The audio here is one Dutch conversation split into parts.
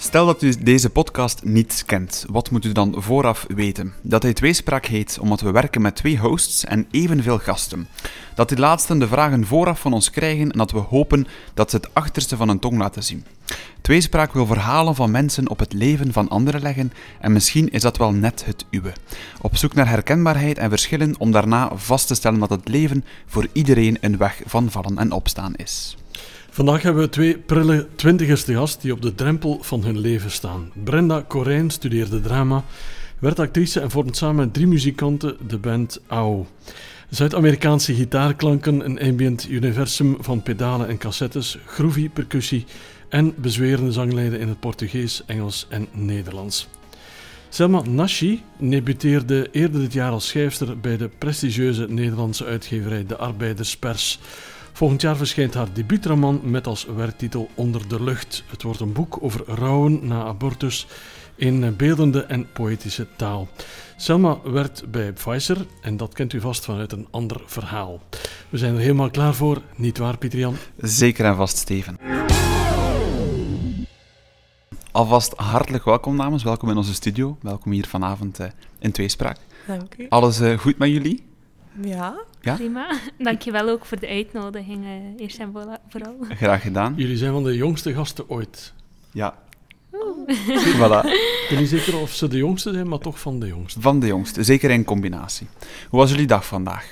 Stel dat u deze podcast niet kent, wat moet u dan vooraf weten? Dat hij Tweespraak heet omdat we werken met 2 hosts en evenveel gasten. Dat die laatsten de vragen vooraf van ons krijgen en dat we hopen dat ze het achterste van hun tong laten zien. Tweespraak wil verhalen van mensen op het leven van anderen leggen en misschien is dat wel net het uwe. Op zoek naar herkenbaarheid en verschillen om daarna vast te stellen dat het leven voor iedereen een weg van vallen en opstaan is. Vandaag hebben we 2 prille twintigers te gast die op de drempel van hun leven staan. Brenda Corijn studeerde drama, werd actrice en vormt samen met 3 muzikanten de band AU. Zuid-Amerikaanse gitaarklanken, een ambient universum van pedalen en cassettes, groovy percussie en bezwerende zanglijnen in het Portugees, Engels en Nederlands. Selma Nashi debuteerde eerder dit jaar als schrijfster bij de prestigieuze Nederlandse uitgeverij De Arbeiderspers. Volgend jaar verschijnt haar debuutroman met als werktitel Onder de lucht. Het wordt een boek over rouwen na abortus in beeldende en poëtische taal. Selma werkt bij Pfizer en dat kent u vast vanuit een ander verhaal. We zijn er helemaal klaar voor, niet waar Pieter-Jan? Zeker en vast, Steven. Alvast hartelijk welkom, dames. Welkom in onze studio. Welkom hier vanavond in Tweespraak. Dank u. Alles goed met jullie? Ja. Ja? Prima. Dankjewel ook voor de uitnodiging, eerst en vooral. Graag gedaan. Jullie zijn van de jongste gasten ooit. Ja. Voilà. Ik ben niet zeker of ze de jongste zijn, maar toch van de jongste. Van de jongste, zeker in combinatie. Hoe was jullie dag vandaag?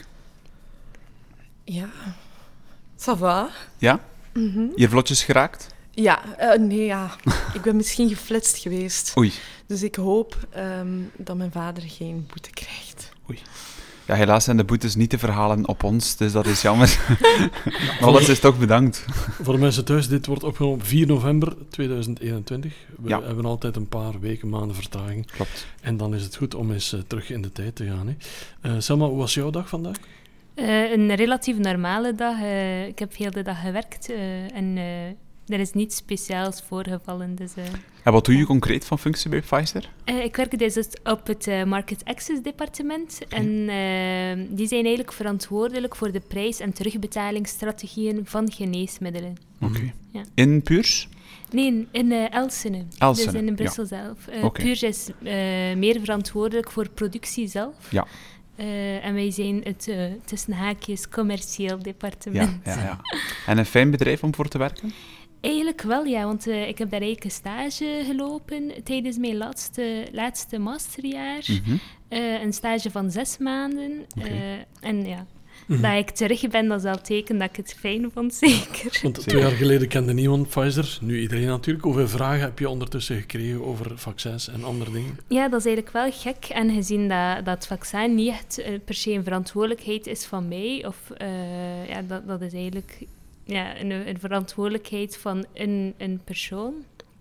Ja. Ça va. Ja? Mhm. Hier vlotjes geraakt? Ja, nee, ja. Ik ben misschien geflitst geweest. Oei. Dus ik hoop dat mijn vader geen boete krijgt. Oei. Ja, helaas zijn de boetes niet te verhalen op ons, dus dat is jammer. Maar alles is toch bedankt. Voor de mensen thuis, dit wordt opgenomen op 4 november 2021. We Ja. hebben altijd een paar weken, maanden vertraging. Klopt. En dan is het goed om eens terug in de tijd te gaan. Hè. Selma, hoe was jouw dag vandaag? Een relatief normale dag. Ik heb heel de dag gewerkt en er is niets speciaals voorgevallen. Dus, En wat doe je concreet van functie bij Pfizer? ik werk dus op het Market Access departement. Okay. En die zijn eigenlijk verantwoordelijk voor de prijs- en terugbetalingsstrategieën van geneesmiddelen. Oké. Ja. In Puurs? Nee, in Elsene. Elsene, Dus in Brussel zelf. Puurs is meer verantwoordelijk voor productie zelf. Ja. En wij zijn het tussen haakjes commercieel departement. Ja. En een fijn bedrijf om voor te werken? Eigenlijk wel, ja, want ik heb daar eigenlijk een stage gelopen tijdens mijn laatste masterjaar. Mhm. Een stage van 6 maanden. Oké. En ja, dat ik terug ben, dat is al teken dat ik het fijn vond, zeker. Want 2 jaar geleden kende niemand Pfizer, nu iedereen natuurlijk. Hoeveel vragen heb je ondertussen gekregen over vaccins en andere dingen? Ja, dat is eigenlijk wel gek. En gezien dat het vaccin niet echt per se een verantwoordelijkheid is van mij, of dat is eigenlijk een verantwoordelijkheid van een persoon.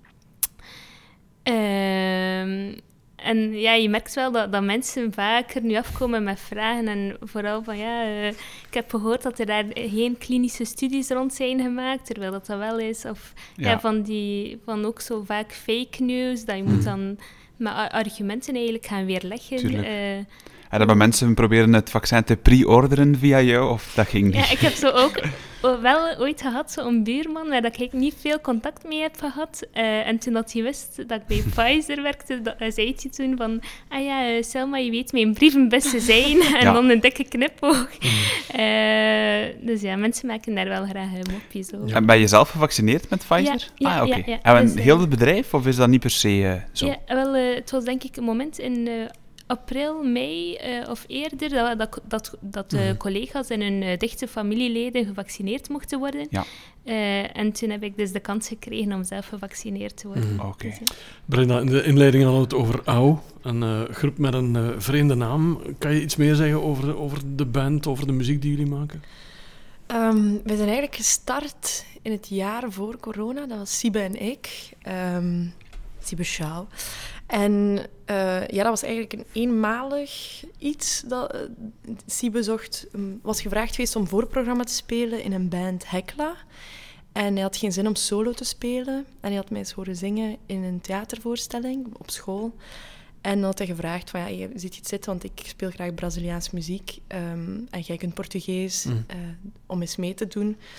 En ja, je merkt wel dat mensen vaker nu afkomen met vragen. En vooral van, ik heb gehoord dat er daar geen klinische studies rond zijn gemaakt, terwijl dat wel is. Of van ook zo vaak fake news, dat je moet dan met argumenten eigenlijk gaan weerleggen. En hebben mensen proberen het vaccin te pre-orderen via jou, of dat ging niet? Ja, ik heb zo ook wel ooit gehad, zo'n buurman, waar ik niet veel contact mee heb gehad. En toen dat hij wist dat ik bij Pfizer werkte, zei hij toen van, Selma, je weet mijn brievenbus te zijn. En dan een dikke knipoog. Dus ja, mensen maken daar wel graag mopjes over. Ja. En ben je zelf gevaccineerd met Pfizer? Ja. Oké. Ja. En Dus, heel het bedrijf, of is dat niet per se zo? Ja, wel, het was denk ik een moment in april, mei of eerder dat collega's en hun dichte familieleden gevaccineerd mochten worden. Ja. En toen heb ik dus de kans gekregen om zelf gevaccineerd te worden. Oké. Dus, Brenda, in de inleiding hadden we het over AU, een groep met een vreemde naam. Kan je iets meer zeggen over de band, over de muziek die jullie maken? We zijn eigenlijk gestart in het jaar voor corona. Dat was Siebe en ik. Siebe Schouw. En dat was eigenlijk een eenmalig iets. Siebe was gevraagd geweest om voorprogramma te spelen in een band Hekla. En hij had geen zin om solo te spelen. En hij had mij eens horen zingen in een theatervoorstelling op school. En dan had hij gevraagd van, je ziet iets zitten, want ik speel graag Braziliaans muziek. En jij kunt Portugees, om eens mee te doen.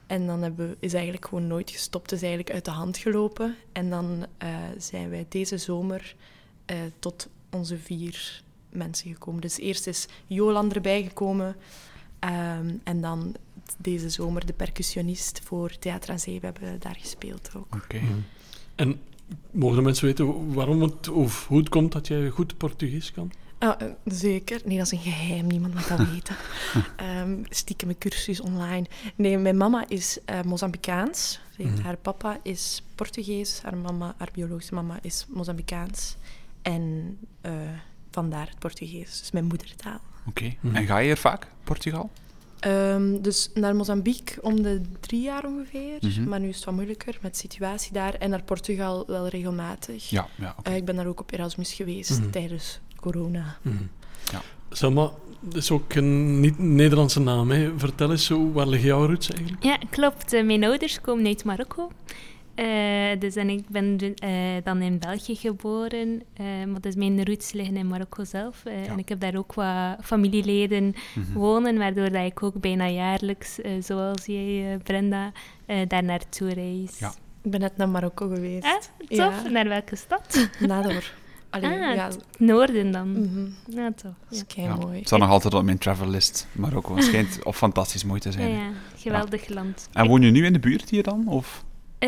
En dan is eigenlijk gewoon nooit gestopt. Het is eigenlijk uit de hand gelopen. En dan zijn wij deze zomer tot onze 4 mensen gekomen. Dus eerst is Jolan erbij gekomen. En dan deze zomer de percussionist voor Theater aan Zee. We hebben daar gespeeld ook. Oké. En mogen de mensen weten waarom of hoe het komt dat jij goed Portugees kan? Zeker. Nee, dat is een geheim. Niemand mag dat weten. Stiekem een cursus online. Nee, mijn mama is Mozambicaans. Haar papa is Portugees. Haar biologische mama is Mozambicaans. En vandaar het Portugees. Dus mijn moedertaal. Oké. En ga je hier vaak, Portugal? Dus naar Mozambique om de 3 jaar ongeveer. Maar nu is het wat moeilijker met de situatie daar. En naar Portugal wel regelmatig. Ja, oké. Ik ben daar ook op Erasmus geweest tijdens corona. Ja. Selma, dat is ook een niet-Nederlandse naam. Hè? Vertel eens, waar liggen jouw roots eigenlijk? Ja, klopt. Mijn ouders komen uit Marokko. En ik ben dan in België geboren, maar dus mijn roots liggen in Marokko zelf. En ik heb daar ook wat familieleden wonen, waardoor dat ik ook bijna jaarlijks, zoals jij, Brenda, daar naartoe reis. Ja. Ik ben net naar Marokko geweest. Tof. Ja. Naar welke stad? Nador. Het noorden dan. Ja, tof. Dat is mooi. Het staat nog altijd op mijn travel list. Marokko schijnt fantastisch mooi te zijn. Ja, geweldig land. En woon je nu in de buurt hier dan? Of?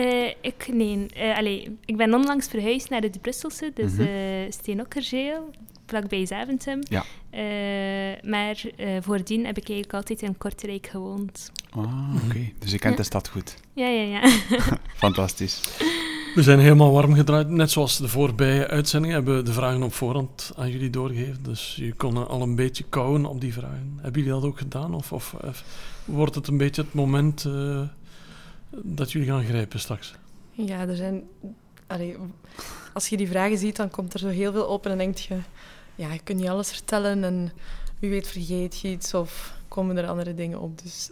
Ik ben onlangs verhuisd naar het Brusselse, dus Steenokkerzeel, vlakbij Zaventem. Ja. Maar voordien heb ik eigenlijk altijd in Kortrijk gewoond. Oké. Dus je kent de stad goed. Ja. Fantastisch. We zijn helemaal warm gedraaid. Net zoals de voorbije uitzendingen hebben we de vragen op voorhand aan jullie doorgegeven. Dus je kon al een beetje kouwen op die vragen. Hebben jullie dat ook gedaan? Of wordt het een beetje het moment dat jullie gaan grijpen straks? Ja, er zijn... als je die vragen ziet, dan komt er zo heel veel op en dan denk je... Ja, je kunt niet alles vertellen en wie weet vergeet je iets of komen er andere dingen op. Dus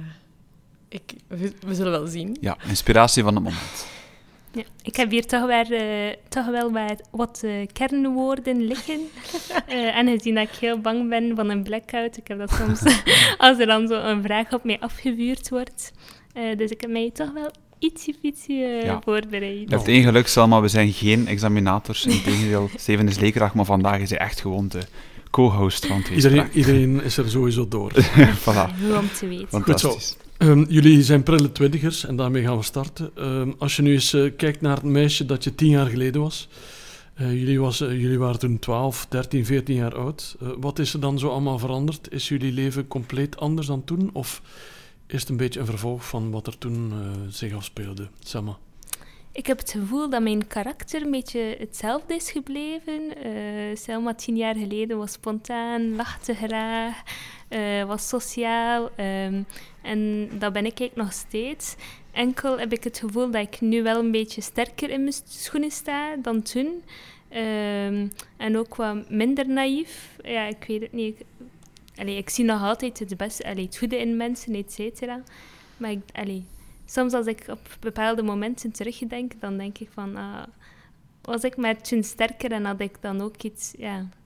we zullen wel zien. Ja, inspiratie van het moment. Ja, ik heb hier toch wel wat kernwoorden liggen. En gezien dat ik heel bang ben van een blackout, ik heb dat soms als er dan zo een vraag op mij afgevuurd wordt. Dus ik heb mij toch wel ietsje voorbereid. Je hebt één geluk, Selma, we zijn geen examinators. Integendeel, Steven is leerkracht, maar vandaag is hij echt gewoon de co-host van Tweespraak. Iedereen is er sowieso door. Voilà. Goed om te weten. Fantastisch. Jullie zijn prille 20ers en daarmee gaan we starten. Als je nu eens kijkt naar het meisje dat je 10 jaar geleden was. Jullie waren toen 12, 13, 14 jaar oud. Wat is er dan zo allemaal veranderd? Is jullie leven compleet anders dan toen? Of is het een beetje een vervolg van wat er toen zich afspeelde? Selma? Ik heb het gevoel dat mijn karakter een beetje hetzelfde is gebleven. Selma 10 jaar geleden was spontaan, lachte graag, was sociaal. En dat ben ik eigenlijk nog steeds. Enkel heb ik het gevoel dat ik nu wel een beetje sterker in mijn schoenen sta dan toen. En ook wat minder naïef. Ja, ik weet het niet. Ik zie nog altijd het beste, het goede in mensen, et cetera. Maar soms als ik op bepaalde momenten terugdenk, dan denk ik van... was ik maar toen sterker en had ik dan ook iets...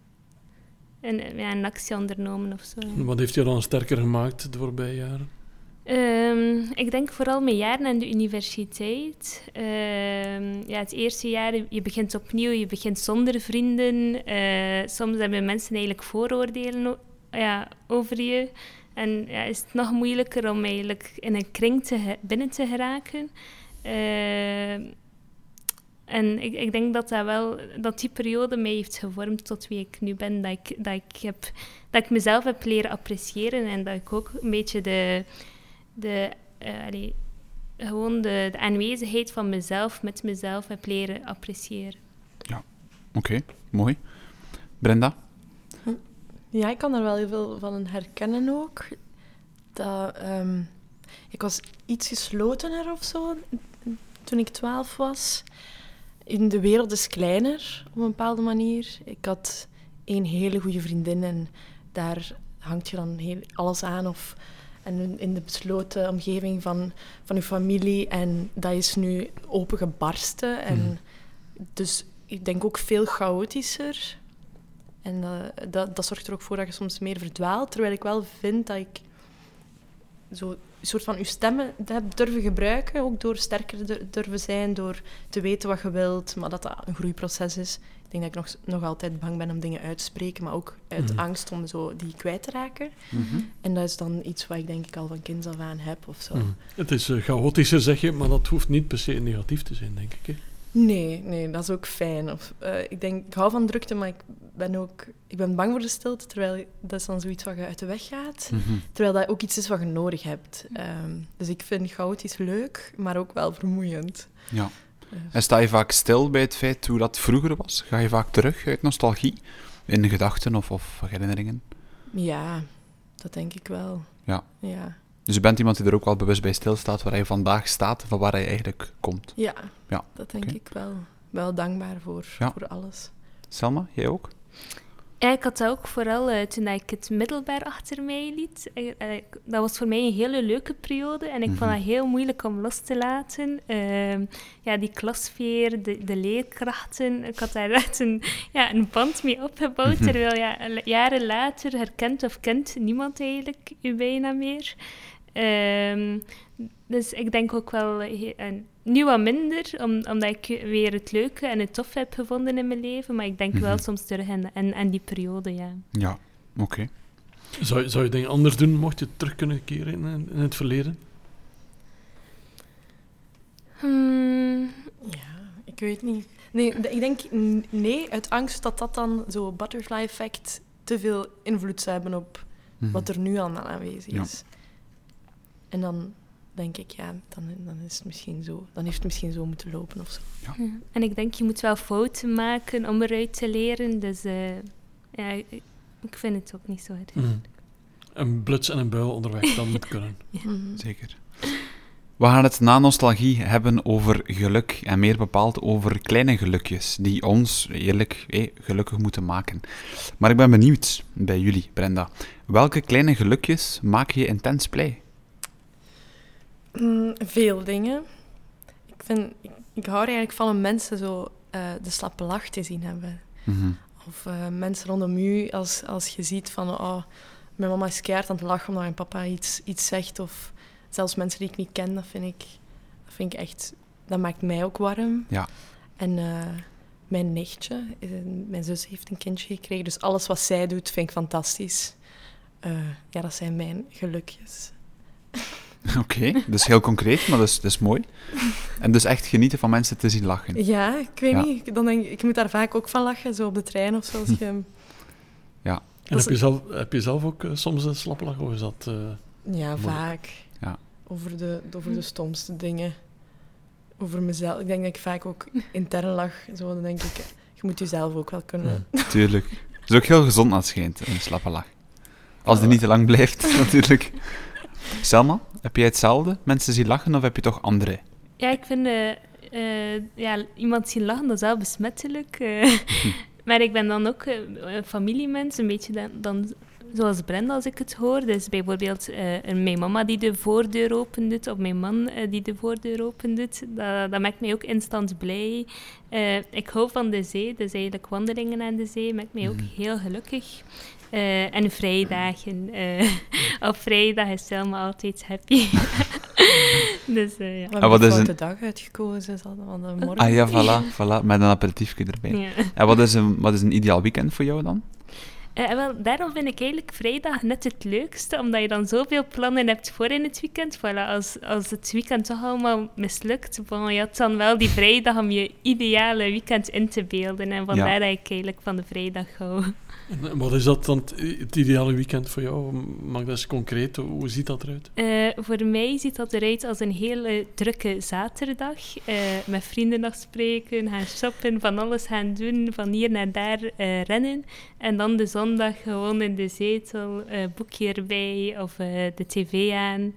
een actie ondernomen of zo. Wat heeft je dan sterker gemaakt de voorbije jaren? Ik denk vooral mijn jaren aan de universiteit. Het eerste jaar, je begint opnieuw, je begint zonder vrienden. Soms hebben mensen eigenlijk vooroordelen over je. En is het nog moeilijker om eigenlijk in een kring binnen te geraken. En ik denk dat die periode mij heeft gevormd tot wie ik nu ben. Dat ik mezelf heb leren appreciëren en dat ik ook een beetje de aanwezigheid van mezelf met mezelf heb leren appreciëren. Ja, oké, mooi. Brenda? Ja, ik kan er wel heel veel van herkennen ook. Ik was iets geslotener of zo toen ik 12 was. De wereld is kleiner op een bepaalde manier. Ik had 1 hele goede vriendin en daar hangt je dan alles aan. En in de besloten omgeving van je familie. En dat is nu opengebarsten. En dus ik denk ook veel chaotischer. En dat zorgt er ook voor dat je soms meer verdwaalt. Terwijl ik wel vind dat ik zo soort van je stemmen hebt durven gebruiken, ook door sterker durven zijn, door te weten wat je wilt, maar dat een groeiproces is. Ik denk dat ik nog altijd bang ben om dingen uit te spreken, maar ook uit angst om zo die kwijt te raken. En dat is dan iets wat ik denk ik al van kinds af aan heb of zo. Het is chaotischer, zeg je, maar dat hoeft niet per se negatief te zijn, denk ik. Hè? Nee, dat is ook fijn. Ik hou van drukte, maar ik ben bang voor de stilte, terwijl dat is dan zoiets wat je uit de weg gaat. Terwijl dat ook iets is wat je nodig hebt. Dus ik vind chaotisch leuk, maar ook wel vermoeiend. Ja. En sta je vaak stil bij het feit hoe dat vroeger was? Ga je vaak terug uit nostalgie? In gedachten of herinneringen? Ja, dat denk ik wel. Ja. Ja. Dus je bent iemand die er ook wel bewust bij stilstaat waar je vandaag staat, van waar je eigenlijk komt. Ja, Ja. Dat denk ik wel. Wel dankbaar voor alles. Selma, jij ook? Ja, ik had dat ook vooral toen ik het middelbaar achter mij liet. Dat was voor mij een hele leuke periode en ik vond dat heel moeilijk om los te laten. Die klassfeer, de leerkrachten, ik had daar echt een band mee opgebouwd. Terwijl jaren later herkent of kent niemand eigenlijk u bijna meer. Dus ik denk ook wel nu wat minder, omdat ik weer het leuke en het tof heb gevonden in mijn leven. Maar ik denk wel soms terug aan die periode, ja. Ja, oké. Zou je dingen anders doen, mocht je terug kunnen keren in het verleden? Ja, ik weet niet. Nee, ik denk nee, uit angst dat dan zo butterfly effect te veel invloed zou hebben op wat er nu al aanwezig is. En dan denk ik, dan is het misschien zo. Dan heeft het misschien zo moeten lopen of zo. Ja. Ja. En ik denk, je moet wel fouten maken om eruit te leren. Dus ik vind het ook niet zo erg. Een bluts en een buil onderweg, dan moet kunnen. Zeker. We gaan het na nostalgie hebben over geluk en meer bepaald over kleine gelukjes die ons eerlijk gelukkig moeten maken. Maar ik ben benieuwd bij jullie, Brenda. Welke kleine gelukjes maak je intens blij? Veel dingen. Ik hou er eigenlijk van om mensen zo de slappe lach te zien hebben. Of mensen rondom u, als je ziet van... Oh, mijn mama is keihard aan het lachen omdat mijn papa iets zegt. Of zelfs mensen die ik niet ken, dat vind ik echt... Dat maakt mij ook warm. Ja. En mijn nichtje, mijn zus heeft een kindje gekregen. Dus alles wat zij doet, vind ik fantastisch. Dat zijn mijn gelukjes. Oké, dus heel concreet, maar dat is mooi. En dus echt genieten van mensen te zien lachen. Ja, ik weet niet. Dan denk ik moet daar vaak ook van lachen, zo op de trein of zo. Als je... Ja. En heb je zelf ook soms een slappe lach, of is dat... Ja, vaak. Ja. Over de stomste dingen. Over mezelf. Ik denk dat ik vaak ook intern lach. Zo, dan denk ik, je moet jezelf ook wel kunnen... Tuurlijk. Het is ook heel gezond als het schijnt, een slappe lach. Als die niet te lang blijft, natuurlijk. Selma, heb jij hetzelfde? Mensen zien lachen, of heb je toch andere? Ja, ik vind iemand zien lachen, dat is wel besmettelijk. Maar ik ben dan ook een familiemens, een beetje dan zoals Brenda, als ik het hoor. Dus bijvoorbeeld mijn mama die de voordeur opendoet, of mijn man die de voordeur opendoet. Dat maakt mij ook instant blij. Ik hou van de zee, dus eigenlijk wandelingen aan de zee maakt mij ook heel gelukkig. En vrijdagen. Op vrijdag is Selma altijd happy. Dus, ja. We hebben een foute dag uitgekozen. Morgen. Ah ja, voilà, met een aperitiefje erbij. Ja. En wat is een ideaal weekend voor jou dan? Daarom vind ik eigenlijk vrijdag net het leukste, omdat je dan zoveel plannen hebt voor in het weekend. Voilà, als het weekend toch allemaal mislukt, je had dan wel die vrijdag om je ideale weekend in te beelden. En vandaar dat ik eigenlijk van de vrijdag hou. En wat is dat dan, het ideale weekend voor jou? Mag dat eens concreet? Hoe ziet dat eruit? Voor mij ziet dat eruit als een hele drukke zaterdag. Met vrienden afspreken, gaan shoppen, van alles gaan doen, van hier naar daar rennen. En dan de zondag gewoon in de zetel, boekje erbij of de tv aan.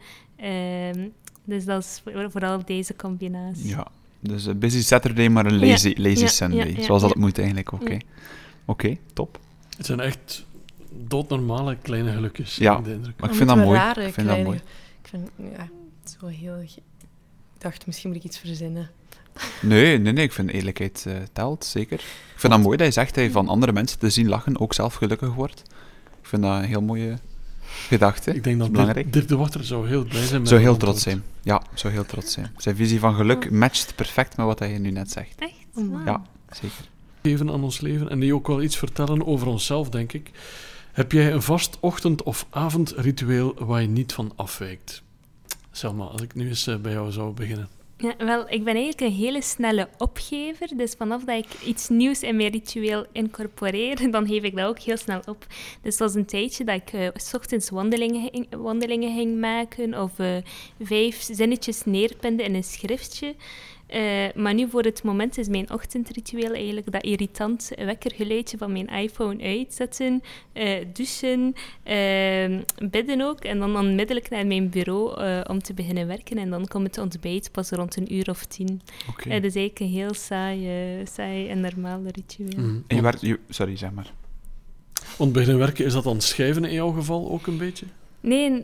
Dus dat is vooral deze combinatie. Ja, dus een busy Saturday, maar een lazy Sunday. Zoals dat het moet eigenlijk. Oké, top. Het zijn echt doodnormale kleine gelukjes. Ja, maar ik vind dat mooi. Ik vind dat mooi. Ik vind, zo heel... Ik dacht, misschien moet ik iets verzinnen. Nee, ik vind eerlijkheid telt, zeker. Ik vind dat mooi dat je zegt dat je van andere mensen te zien lachen ook zelf gelukkig wordt. Ik vind dat een heel mooie gedacht, hè. Ik denk dat belangrijk. Dirk de Wachter zou heel blij zijn met Zou dat heel antwoord. trots zijn. Ja, zou heel trots zijn. Zijn visie van geluk matcht perfect met wat hij nu net zegt. Echt? Oh, Ja, zeker. Geven aan ons leven en die ook wel iets vertellen over onszelf, denk ik. Heb jij een vast ochtend- of avondritueel waar je niet van afwijkt? Selma, als ik nu eens bij jou zou beginnen. Ja, wel, ik ben eigenlijk een hele snelle opgever. Dus vanaf dat ik iets nieuws in mijn ritueel incorporeer, dan geef ik dat ook heel snel op. Dus dat was een tijdje dat ik 's ochtends wandelingen ging maken of 5 zinnetjes neerpende in een schriftje. Maar nu voor het moment is mijn ochtendritueel eigenlijk dat irritant wekkergeluidje van mijn iPhone uitzetten, douchen, bidden ook en dan onmiddellijk naar mijn bureau om te beginnen werken. En dan komt het ontbijt pas rond 1:10. Oké. Dat is eigenlijk een heel saai en normaal ritueel. Mhm. En sorry, zeg maar. Want beginnen werken, is dat dan schrijven in jouw geval ook een beetje? Nee,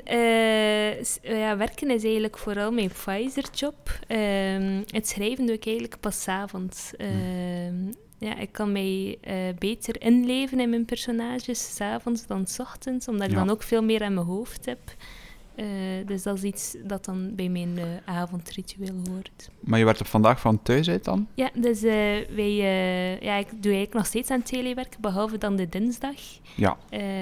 werken is eigenlijk vooral mijn Pfizer-job. Het schrijven doe ik eigenlijk pas 's avonds. Ja, ik kan mij beter inleven in mijn personages 's avonds dan 's ochtends, omdat ik dan ook veel meer aan mijn hoofd heb. Dus dat is iets dat dan bij mijn avondritueel hoort. Maar je werkt op vandaag van thuis uit dan? Ja, dus ik doe eigenlijk nog steeds aan telewerk, behalve dan de dinsdag. Ja.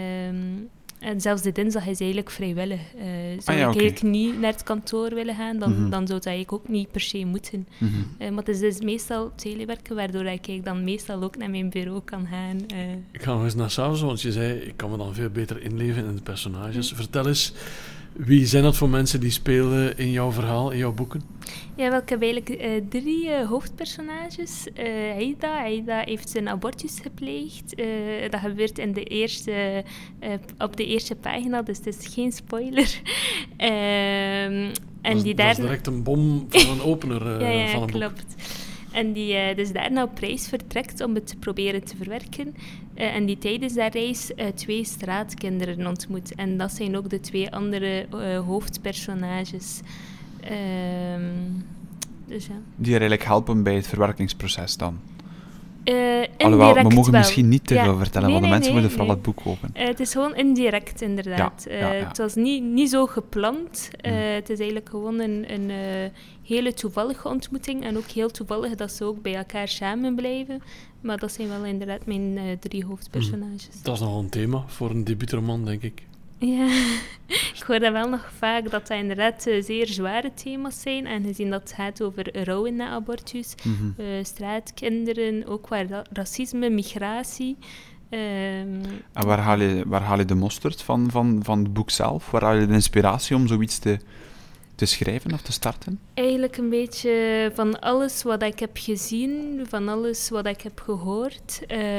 En zelfs de dinsdag is eigenlijk vrijwillig. Zou ik oké. eigenlijk niet naar het kantoor willen gaan, dan zou dat eigenlijk ook niet per se moeten. Mhm. Maar het is dus meestal telewerken, waardoor ik eigenlijk dan meestal ook naar mijn bureau kan gaan. Ik ga nog eens naar s'avonds, want je zei, ik kan me dan veel beter inleven in de personages. Vertel eens, wie zijn dat voor mensen die spelen in jouw verhaal, in jouw boeken? Ja, wel, ik heb eigenlijk 3 hoofdpersonages. Aida heeft een abortus gepleegd. Dat gebeurt in op de eerste pagina, dus het is geen spoiler. Dat is direct een bom van een opener van een boek. Klopt. En die dus daarna op reis vertrekt om het te proberen te verwerken. En die tijdens dat reis 2 straatkinderen ontmoet. En dat zijn ook de 2 andere hoofdpersonages. Dus ja. Die er eigenlijk helpen bij het verwerkingsproces dan? Alhoewel, we mogen wel. misschien niet te veel vertellen, want de mensen moeten vooral nee. het boek kopen. Het is gewoon indirect, inderdaad. Ja. Het was niet zo gepland. Het is eigenlijk gewoon een hele toevallige ontmoeting. En ook heel toevallig dat ze ook bij elkaar samen blijven. Maar dat zijn wel inderdaad mijn 3 hoofdpersonages. Dat is nogal een thema voor een debuutroman, denk ik. Ja, ik hoor dat wel nog vaak, dat inderdaad zeer zware thema's zijn. En gezien dat het gaat over rouwen na abortus, straatkinderen, ook qua racisme, migratie. En waar haal je de mosterd van het boek zelf? Waar haal je de inspiratie om zoiets te schrijven of te starten? Eigenlijk een beetje van alles wat ik heb gezien, van alles wat ik heb gehoord.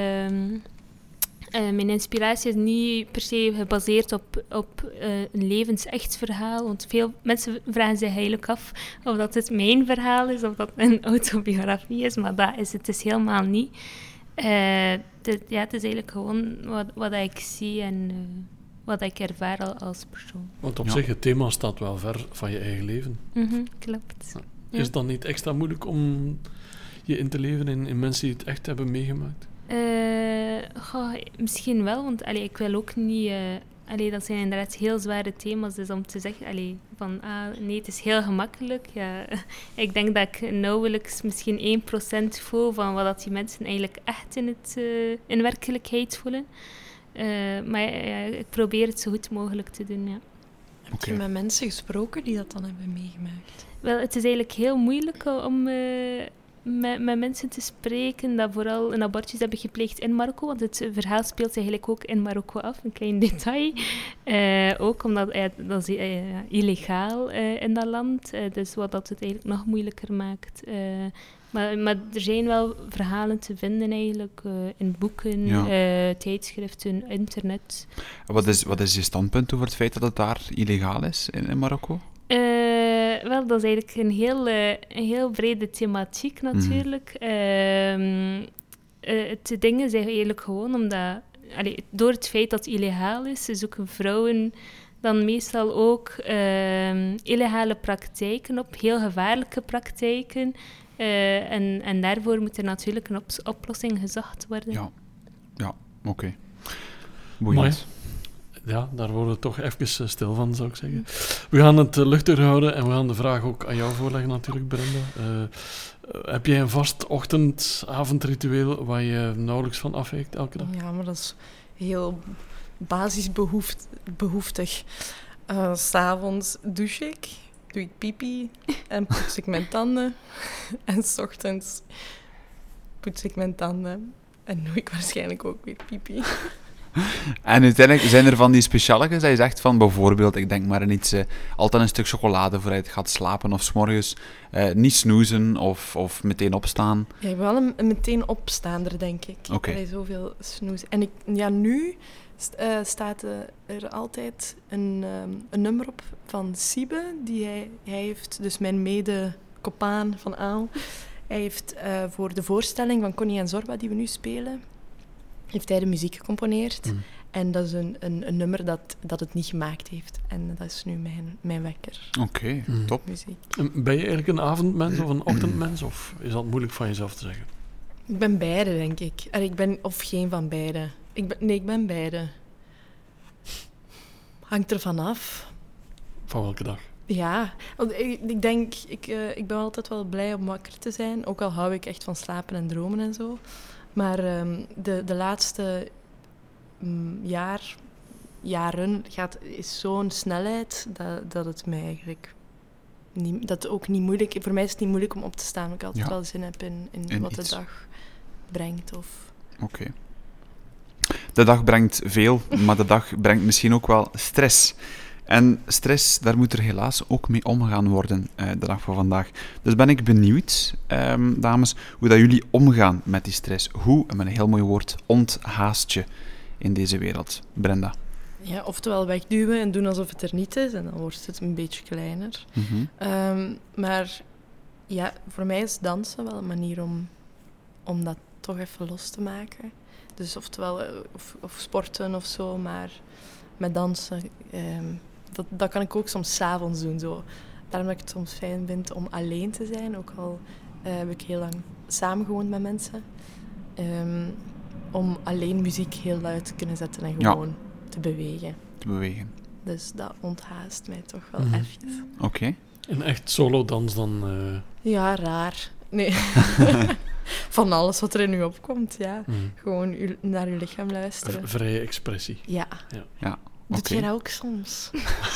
Mijn inspiratie is niet per se gebaseerd op een levensecht verhaal. Want veel mensen vragen zich eigenlijk af of dat het mijn verhaal is of dat een autobiografie is. Maar dat is het dus helemaal niet. Het is eigenlijk gewoon wat ik zie en wat ik ervaar als persoon. Want op zich, het thema staat wel ver van je eigen leven. Klopt. Is het dan niet extra moeilijk om je in te leven in mensen die het echt hebben meegemaakt? Misschien wel, want ik wil ook niet... dat zijn inderdaad heel zware thema's, dus om te zeggen nee, het is heel gemakkelijk. Ja, ik denk dat ik nauwelijks misschien 1% voel van wat dat die mensen eigenlijk echt in werkelijkheid voelen. Maar ik probeer het zo goed mogelijk te doen, ja. Heb je met mensen gesproken die dat dan hebben meegemaakt? Wel, het is eigenlijk heel moeilijk om met mensen te spreken dat vooral een abortus hebben gepleegd in Marokko, want het verhaal speelt zich eigenlijk ook in Marokko af, een klein detail. Ook omdat dat is illegaal in dat land, dus wat dat het eigenlijk nog moeilijker maakt. Maar er zijn wel verhalen te vinden eigenlijk, in boeken, tijdschriften, internet. Wat is je standpunt over het feit dat het daar illegaal is in Marokko? Wel, dat is eigenlijk een heel brede thematiek natuurlijk. Het ding is eigenlijk gewoon omdat... door het feit dat het illegaal is, zoeken vrouwen dan meestal ook illegale praktijken op, heel gevaarlijke praktijken. En daarvoor moet er natuurlijk een oplossing gezocht worden. Ja, oké. Boeiend. Ja, daar worden we toch even stil van, zou ik zeggen. We gaan het luchtig houden en we gaan de vraag ook aan jou voorleggen natuurlijk, Brenda. Heb jij een vast ochtend-avondritueel waar je nauwelijks van afwijkt elke dag? Ja, maar dat is heel basisbehoeftig. 'S Avonds douche ik, doe ik pipi en poets ik mijn tanden. En 's ochtends poets ik mijn tanden en doe ik waarschijnlijk ook weer pipi. En uiteindelijk zijn er van die specialetjes dat je zegt van bijvoorbeeld, ik denk maar aan iets, altijd een stuk chocolade vooruit gaat slapen of 's morgens niet snoezen of meteen opstaan. Ja, ik ben wel een meteen opstaander, denk ik. Oké. Er is zoveel snoes. En nu staat er altijd een nummer op van Siebe, die hij heeft, dus mijn mede-kopaan van Aal. Hij heeft voor de voorstelling van Connie en Zorba, die we nu spelen, heeft hij de muziek gecomponeerd. En dat is een nummer dat het niet gemaakt heeft. En dat is nu mijn wekker. Oké, top. Muziek. Ben je eigenlijk een avondmens of een ochtendmens? Of is dat moeilijk van jezelf te zeggen? Ik ben beide, denk ik. Of geen van beide. Ik ben beide. Hangt er vanaf. Van welke dag? Ja, want ik denk, ik ben altijd wel blij om wakker te zijn. Ook al hou ik echt van slapen en dromen en zo. Maar de laatste jaren is zo'n snelheid dat het mij eigenlijk dat ook niet moeilijk. Voor mij is het niet moeilijk om op te staan. Omdat ik altijd wel zin heb in wat iets. de dag brengt. Oké. De dag brengt veel, maar de dag brengt misschien ook wel stress. En stress, daar moet er helaas ook mee omgaan worden, de dag van vandaag. Dus ben ik benieuwd, dames, hoe dat jullie omgaan met die stress. Hoe, en met een heel mooi woord, onthaast je in deze wereld? Brenda. Ja, oftewel wegduwen en doen alsof het er niet is. En dan wordt het een beetje kleiner. Maar ja, voor mij is dansen wel een manier om dat toch even los te maken. Dus oftewel of sporten of zo, maar met dansen, dat kan ik ook soms 's avonds doen. Zo. Daarom dat ik het soms fijn vind om alleen te zijn, ook al heb ik heel lang samengewoond met mensen. Om alleen muziek heel luid te kunnen zetten en gewoon te bewegen. Dus dat onthaast mij toch wel eventjes. Oké. Een echt solo-dans dan? Ja, raar. Nee. Van alles wat er in u opkomt, ja. Gewoon naar uw lichaam luisteren. Vrije expressie. Ja. Doet Oké. jij dat ook soms?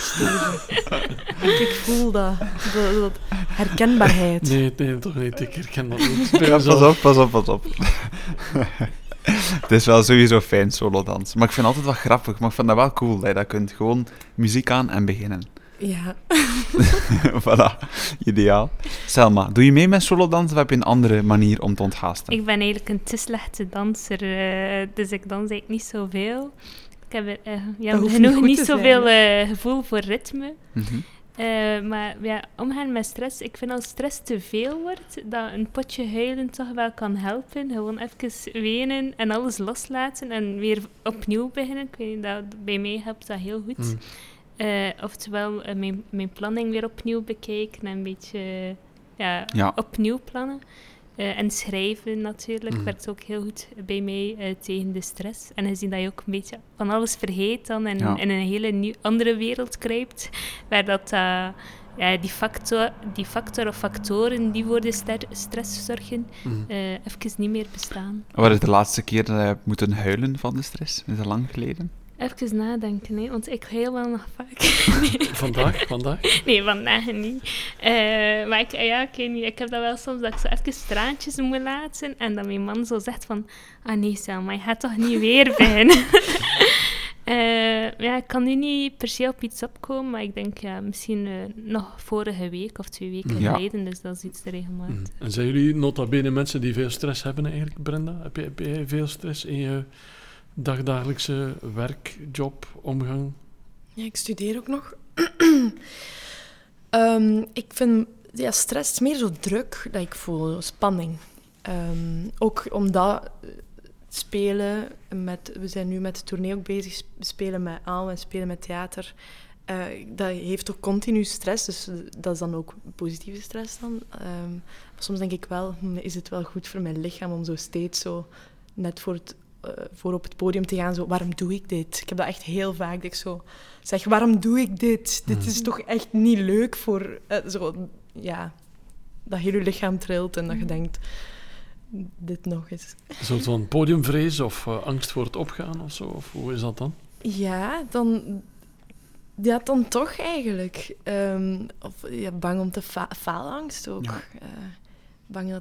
Ik voel dat herkenbaarheid. Nee, toch niet. Ik herken dat niet. Ja, pas op. Het is wel sowieso fijn, solodans. Maar ik vind het altijd wel grappig. Maar ik vind dat wel cool, dat je dat kunt. Gewoon muziek aan en beginnen. Ja. Voilà, ideaal. Selma, doe je mee met solodans of heb je een andere manier om te onthaasten? Ik ben eigenlijk een te slechte danser, dus ik dans eigenlijk niet zoveel. Ik heb hoeft genoeg niet niet goed te zoveel gevoel voor ritme. Mhm. Maar ja, omgaan met stress. Ik vind als stress te veel wordt, dat een potje huilen toch wel kan helpen. Gewoon even wenen en alles loslaten en weer opnieuw beginnen. Ik weet niet, bij mij helpt dat heel goed. Oftewel, mijn planning weer opnieuw bekijken en een beetje opnieuw plannen. En schrijven natuurlijk werkt ook heel goed bij mij tegen de stress. En gezien dat je ook een beetje van alles vergeet dan en in een hele andere wereld kruipt, waar dat die factor of factoren die voor de stress zorgen, even niet meer bestaan. Wat is de laatste keer dat je hebt moeten huilen van de stress? Is dat lang geleden? Even nadenken, hè, want ik huil wel nog vaak. Vandaag? Nee, vandaag niet. Maar ik weet niet, ik heb dat wel soms, dat ik zo even traantjes moet laten en dat mijn man zo zegt van, nee Selma, je gaat toch niet weer beginnen? Ik kan nu niet per se op iets opkomen, maar ik denk misschien nog vorige week of 2 weken geleden, dus dat is iets te regelmatig. En zijn jullie nota bene mensen die veel stress hebben eigenlijk, Brenda? Heb jij veel stress in je dagdagelijkse werk, job, omgang? Ja, ik studeer ook nog. Ik vind stress meer zo druk dat ik voel, spanning. Ook omdat spelen, we zijn nu met de tournee ook bezig, spelen met Aal en spelen met theater. Dat heeft ook continu stress, dus dat is dan ook positieve stress dan. Soms denk ik wel, is het wel goed voor mijn lichaam om zo steeds zo net voor het voor op het podium te gaan, zo, waarom doe ik dit? Ik heb dat echt heel vaak, dat ik zo zeg, waarom doe ik dit? Dit is toch echt niet leuk voor, dat heel je lichaam trilt en dat je denkt, dit nog eens. Een soort van podiumvrees of angst voor het opgaan of zo? Of hoe is dat dan? Ja, dan toch eigenlijk. Bang om te faalangst ook. Ja. Bang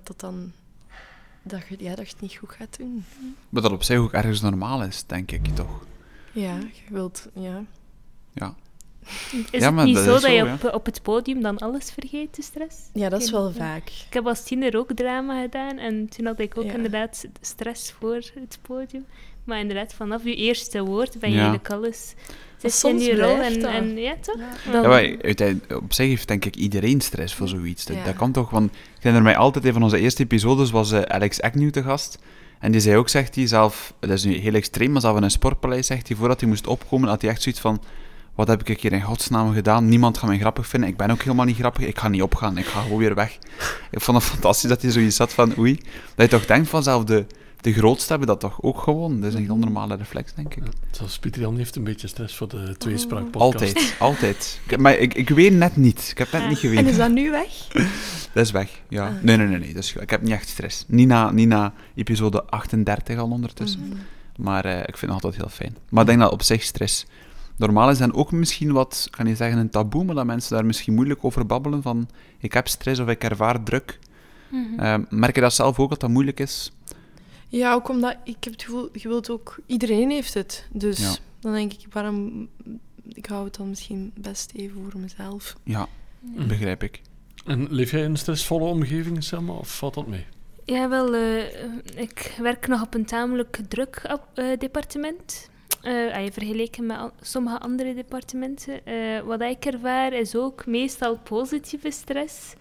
dat je het niet goed gaat doen. Maar dat op zich ook ergens normaal is, denk ik, toch? Ja, je wilt... Ja. Ja. Is Ja, het maar niet dat zo is dat zo, je ja. op het podium dan alles vergeet, de stress? Ja, dat is wel Ja. vaak. Ik heb als tiener ook drama gedaan en toen had ik ook Ja. inderdaad stress voor het podium. Maar inderdaad, vanaf je eerste woord ben je Ja. eigenlijk alles... Zit je soms in je rol blijft dat. en ja, toch? Ja. Dan- Ja, maar uiteindelijk, op zich heeft denk ik iedereen stress voor zoiets. Dat, Ja. dat kan toch, want ik herinner mij altijd, een van onze eerste episodes was Alex Agnew te gast. En die zei ook, zegt hij zelf, dat is nu heel extreem, maar zelf in een sportpaleis, zegt hij, voordat hij moest opkomen, had hij echt zoiets van, wat heb ik hier in godsnaam gedaan? Niemand gaat mij grappig vinden, ik ben ook helemaal niet grappig, ik ga niet opgaan, ik ga gewoon weer weg. Ik vond het fantastisch dat hij zoiets had van, oei, dat je toch denkt vanzelf, de grootste hebben dat toch ook gewoon. Dat is een heel normale reflex, denk ik. Zelfs Pieter Jan heeft een beetje stress voor de tweespraak-podcast. Altijd. Maar ik weet net niet. Ik heb net niet geweten. En is dat nu weg? Dat is weg, ja. Nee. Dus ik heb niet echt stress. Niet na episode 38 al ondertussen. Maar ik vind het altijd heel fijn. Maar ik denk dat op zich stress normaal is en ook misschien wat, kan je zeggen, een taboe, maar dat mensen daar misschien moeilijk over babbelen van ik heb stress of ik ervaar druk. Merk je dat zelf ook, dat dat moeilijk is? Ja, ook omdat ik heb het gevoel, je wilt ook... Iedereen heeft het. Dus Ja. dan denk ik, ik hou het dan misschien best even voor mezelf. Ja, begrijp ik. En leef jij in een stressvolle omgeving, Selma, of valt dat mee? Jawel, ik werk nog op een tamelijk druk departement. Vergeleken met sommige andere departementen. Wat ik ervaar is ook meestal positieve stress.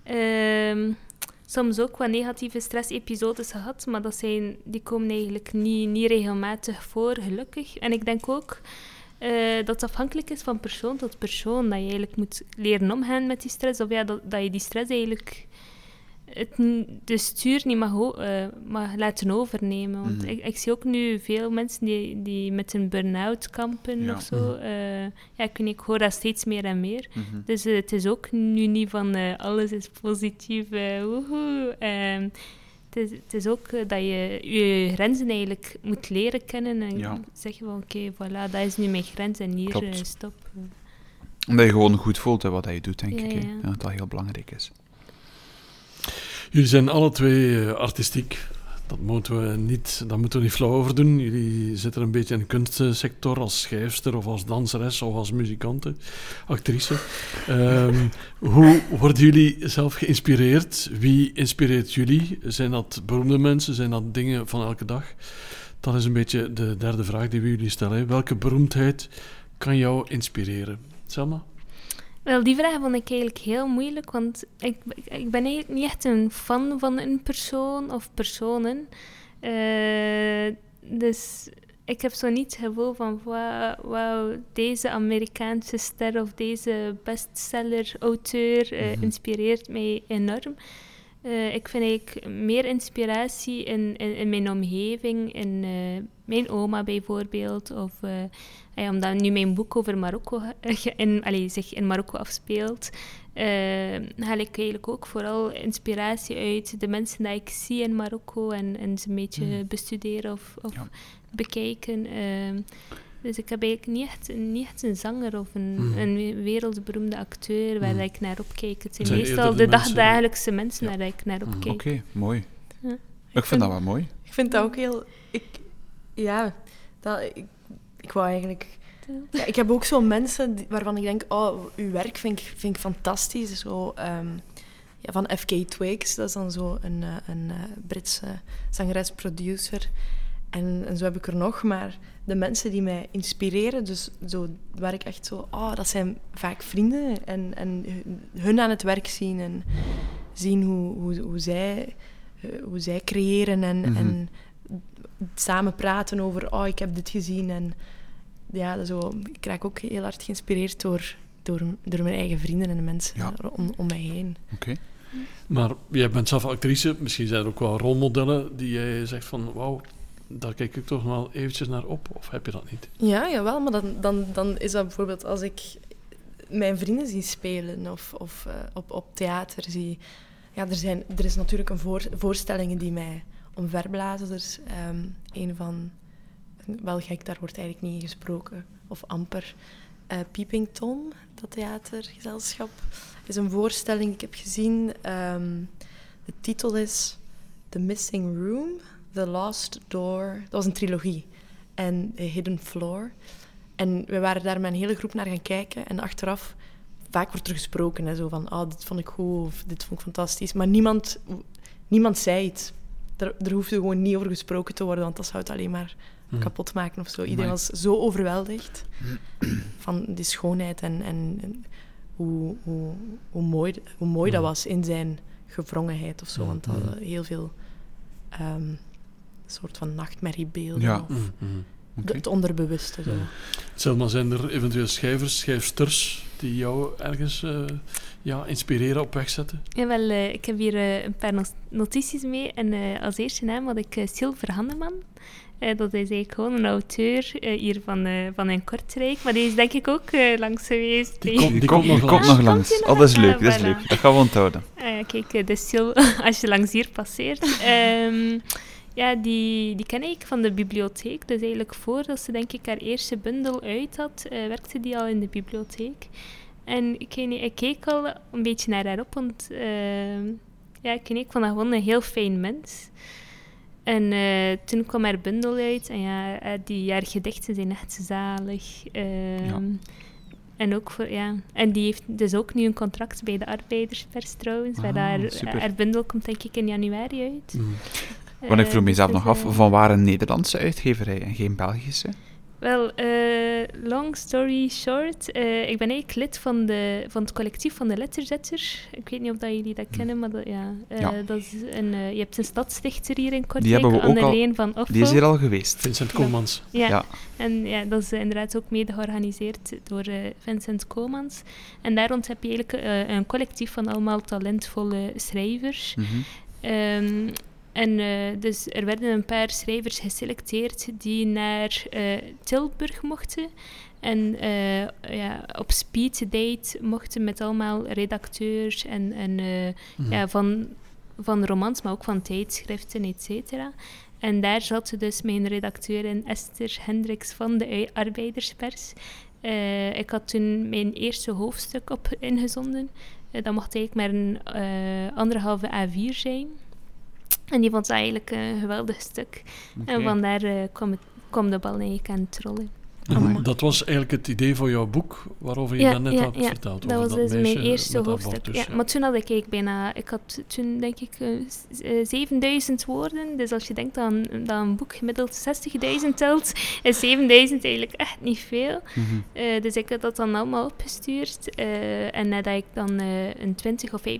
Soms ook wat negatieve stress-episodes gehad, maar die komen eigenlijk niet regelmatig voor, gelukkig. En ik denk ook dat het afhankelijk is van persoon tot persoon, dat je eigenlijk moet leren omgaan met die stress, of ja, dat je die stress eigenlijk de stuur niet mag laten overnemen. Want ik zie ook nu veel mensen die met een burn-out kampen Ja. of zo. Ik weet niet, ik hoor dat steeds meer en meer. Mhm. Dus het is ook nu niet van alles is positief, woehoe. Het is ook dat je je grenzen eigenlijk moet leren kennen en Ja. zeggen van oké, voilà, dat is nu mijn grens en hier Klopt. stop. Omdat je gewoon goed voelt hè, wat je doet, denk Ja, ik. Hè. ja. Ja, dat dat heel belangrijk is. Jullie zijn alle twee artistiek. Daar moeten we niet flauw over doen. Jullie zitten een beetje in de kunstsector als schrijfster of als danseres of als muzikante, actrice. Hoe worden jullie zelf geïnspireerd? Wie inspireert jullie? Zijn dat beroemde mensen? Zijn dat dingen van elke dag? Dat is een beetje de derde vraag die we jullie stellen. Welke beroemdheid kan jou inspireren? Selma? Wel, die vraag vond ik eigenlijk heel moeilijk, want ik ben eigenlijk niet echt een fan van een persoon of personen. Dus ik heb zo niet het gevoel van, wauw, deze Amerikaanse ster of deze bestseller-auteur inspireert mij enorm. Ik vind eigenlijk meer inspiratie in mijn omgeving, in mijn oma bijvoorbeeld, of omdat nu mijn boek over Marokko zich in Marokko afspeelt, haal ik eigenlijk ook vooral inspiratie uit de mensen die ik zie in Marokko en ze een beetje bestuderen of bekijken. Dus ik heb eigenlijk niet echt een zanger of een wereldberoemde acteur waar ik naar opkijk. Het zijn zijn meestal eerder de de mensen, dagdagelijkse mensen waar ik naar opkijk. Oké, mooi. Ja. Ik vind dat wel mooi. Ik vind dat ook heel... Ik wou eigenlijk... Ja, ik heb ook zo mensen waarvan ik denk, oh, uw werk vind ik fantastisch. Zo, van F.K. Twigs, dat is dan zo een Britse zangeres-producer. En zo heb ik er nog, maar de mensen die mij inspireren, dus zo, waar ik echt zo... Oh, dat zijn vaak vrienden. En hun aan het werk zien en zien hoe zij creëren en samen praten over, oh, ik heb dit gezien. En ja, zo, ik raak ook heel hard geïnspireerd door mijn eigen vrienden en de mensen om mij heen. Oké. Maar jij bent zelf actrice, misschien zijn er ook wel rolmodellen die jij zegt van, wauw, daar kijk ik toch wel eventjes naar op, of heb je dat niet? Ja, jawel, maar dan is dat bijvoorbeeld als ik mijn vrienden zie spelen of op theater zie. Ja, er is natuurlijk voorstellingen die mij omverblazen. Er is een van... Wel gek, daar wordt eigenlijk niet in gesproken. Of amper. Peeping Tom, dat theatergezelschap, is een voorstelling die ik heb gezien. De titel is The Missing Room, The Lost Door. Dat was een trilogie. En A Hidden Floor. En we waren daar met een hele groep naar gaan kijken. En achteraf, vaak wordt er gesproken. Hè, zo van, dit vond ik goed of dit vond ik fantastisch. Maar niemand zei het. Er hoefde gewoon niet over gesproken te worden, want dat zou het alleen maar kapot maken of zo. Iedereen was zo overweldigd van die schoonheid en hoe mooi dat was in zijn gewrongenheid of zo. Want dat hadden heel veel soort van nachtmerriebeelden of het onderbewuste. Zo. Selma, zijn er eventueel schrijfsters die jou ergens inspireren, op weg zetten? Jawel, ik heb hier een paar notities mee. En als eerste naam had ik Silver Hanneman. Dat is eigenlijk gewoon een auteur hier van een Kortrijk. Maar die is denk ik ook langs geweest. Die komt nog langs. Oh, dat is leuk, dat is leuk. Dat gaan we onthouden. Kijk, de Sil, als je langs hier passeert. Die ken ik van de bibliotheek. Dus eigenlijk voordat ze denk ik haar eerste bundel uit had, werkte die al in de bibliotheek. En ik keek al een beetje naar haar op, want ik vond haar gewoon een heel fijn mens. En toen kwam haar bundel uit en haar gedichten zijn echt zalig. En ook en die heeft dus ook nu een contract bij de Arbeiderspers trouwens. Haar bundel komt denk ik in januari uit. Want ik vroeg mezelf nog af, van waar een Nederlandse uitgeverij en geen Belgische? Wel, long story short, ik ben eigenlijk lid van het collectief van de Letterzetters. Ik weet niet of dat jullie dat kennen, maar dat is je hebt een stadsdichter hier in Kortrijk, Anneleen van Offel. Die is hier al geweest. Vincent Koolmans. Ja. En dat is inderdaad ook mede georganiseerd door Vincent Koolmans. En daar rond heb je eigenlijk een collectief van allemaal talentvolle schrijvers. En dus er werden een paar schrijvers geselecteerd die naar Tilburg mochten. En op speed date mochten met allemaal redacteurs van romans, maar ook van tijdschriften, et cetera. En daar zat dus mijn redacteur in, Esther Hendricks van de Arbeiderspers. Ik had toen mijn eerste hoofdstuk op ingezonden. Dat mocht eigenlijk maar een 1,5 A4 zijn. En die vond ze eigenlijk een geweldig stuk. Okay. En vandaar kwam de bal eigenlijk aan het rollen. Dat was eigenlijk het idee voor jouw boek, waarover je net had verteld. Dat was dus mijn eerste hoofdstuk. Maar toen had ik bijna... Ik had toen, denk ik, 7000 woorden. Dus als je denkt dat een boek gemiddeld 60.000 telt, is 7000 eigenlijk echt niet veel. Dus ik had dat dan allemaal opgestuurd. En nadat ik dan een 20 of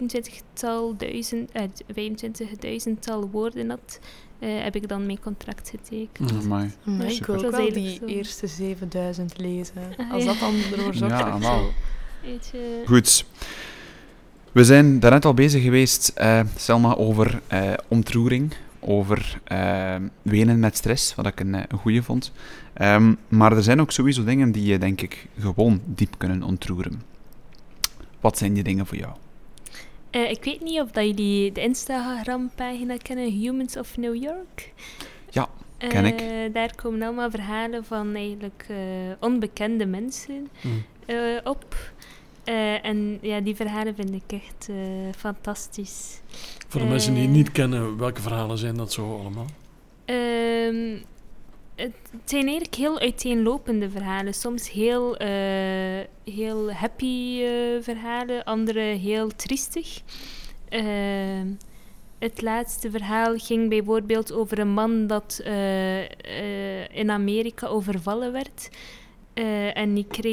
25.000 woorden had... heb ik dan mijn contract getekend. Ik wil ook wel die eerste 7000 lezen. Als dat dan ervoor zorgt. Ja, allemaal. Goed. We zijn daarnet al bezig geweest, Selma, over ontroering, over wenen met stress, wat ik een goeie vond. Maar er zijn ook sowieso dingen die je, denk ik, gewoon diep kunnen ontroeren. Wat zijn die dingen voor jou? Ik weet niet of dat jullie de Instagram-pagina kennen, Humans of New York. Ja, ken ik. Daar komen allemaal verhalen van eigenlijk onbekende mensen op. En die verhalen vind ik echt fantastisch. Voor de mensen die het niet kennen, welke verhalen zijn dat zo allemaal? Het zijn eigenlijk heel uiteenlopende verhalen. Soms heel happy verhalen, andere heel triestig. Het laatste verhaal ging bijvoorbeeld over een man dat in Amerika overvallen werd. En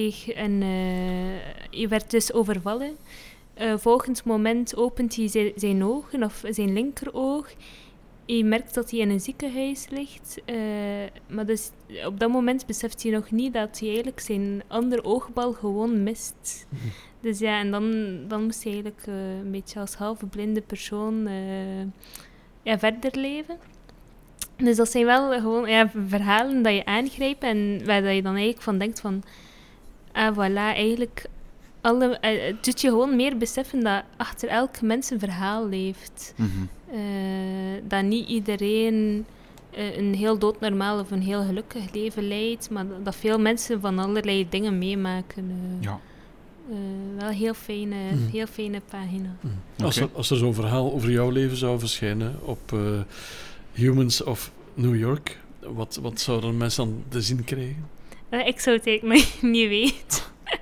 hij werd dus overvallen. Volgend moment opent hij zijn ogen, of zijn linkeroog. Je merkt dat hij in een ziekenhuis ligt, maar dus op dat moment beseft hij nog niet dat hij eigenlijk zijn andere oogbal gewoon mist. Dus en dan moest hij eigenlijk een beetje als halve blinde persoon verder leven. Dus dat zijn wel gewoon verhalen dat je aangrijpt en waar dat je dan eigenlijk van denkt van... voilà, eigenlijk... het doet je gewoon meer beseffen dat achter elk mens een verhaal leeft. Dat niet iedereen een heel doodnormaal of een heel gelukkig leven leidt, maar dat veel mensen van allerlei dingen meemaken. Wel heel fijne pagina. Okay. Als er zo'n verhaal over jouw leven zou verschijnen op Humans of New York, wat zouden mensen dan te zien krijgen? Ik zou het eigenlijk niet weten.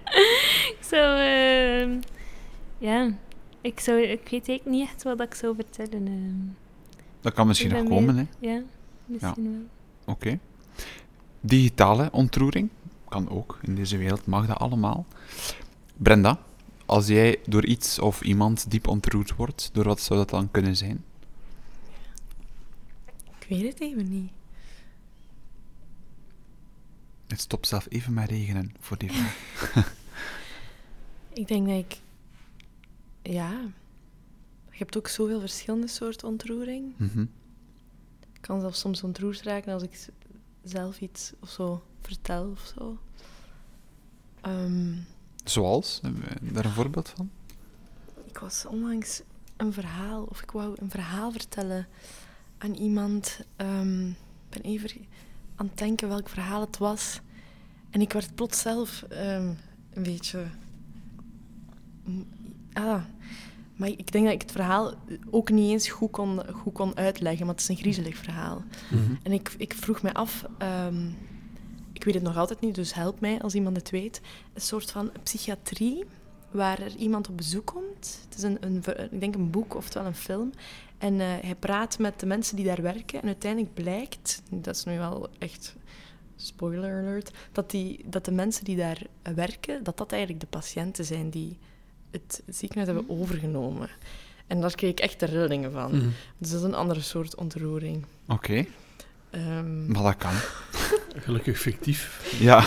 Ik weet eigenlijk niet echt wat ik zou vertellen. Dat kan misschien nog komen, hè? Ja, misschien wel. Oké. Digitale ontroering kan ook in deze wereld, mag dat allemaal. Brenda, als jij door iets of iemand diep ontroerd wordt, door wat zou dat dan kunnen zijn? Ik weet het even niet. Het stopt zelf even met regenen voor die vraag. Ik denk dat ik... Ja... Je hebt ook zoveel verschillende soorten ontroering. Ik kan zelfs soms ontroerd raken als ik zelf iets of zo vertel of zo. Zoals? Hebben we daar een voorbeeld van? Ik was onlangs ik wou een verhaal vertellen aan iemand. Ik ben even aan het denken welk verhaal het was. En ik werd plots zelf een beetje... Maar ik denk dat ik het verhaal ook niet eens goed kon uitleggen, maar het is een griezelig verhaal. En ik vroeg me af... ik weet het nog altijd niet, dus help mij als iemand het weet. Een soort van psychiatrie waar er iemand op bezoek komt. Het is ik denk een boek, oftewel een film. En hij praat met de mensen die daar werken. En uiteindelijk blijkt, dat is nu wel echt spoiler alert, dat de mensen die daar werken, dat eigenlijk de patiënten zijn die het ziekenhuis hebben overgenomen. En daar kreeg ik echt de rillingen van. Dus dat is een andere soort ontroering. Oké. Maar dat kan. Gelukkig fictief. Ja.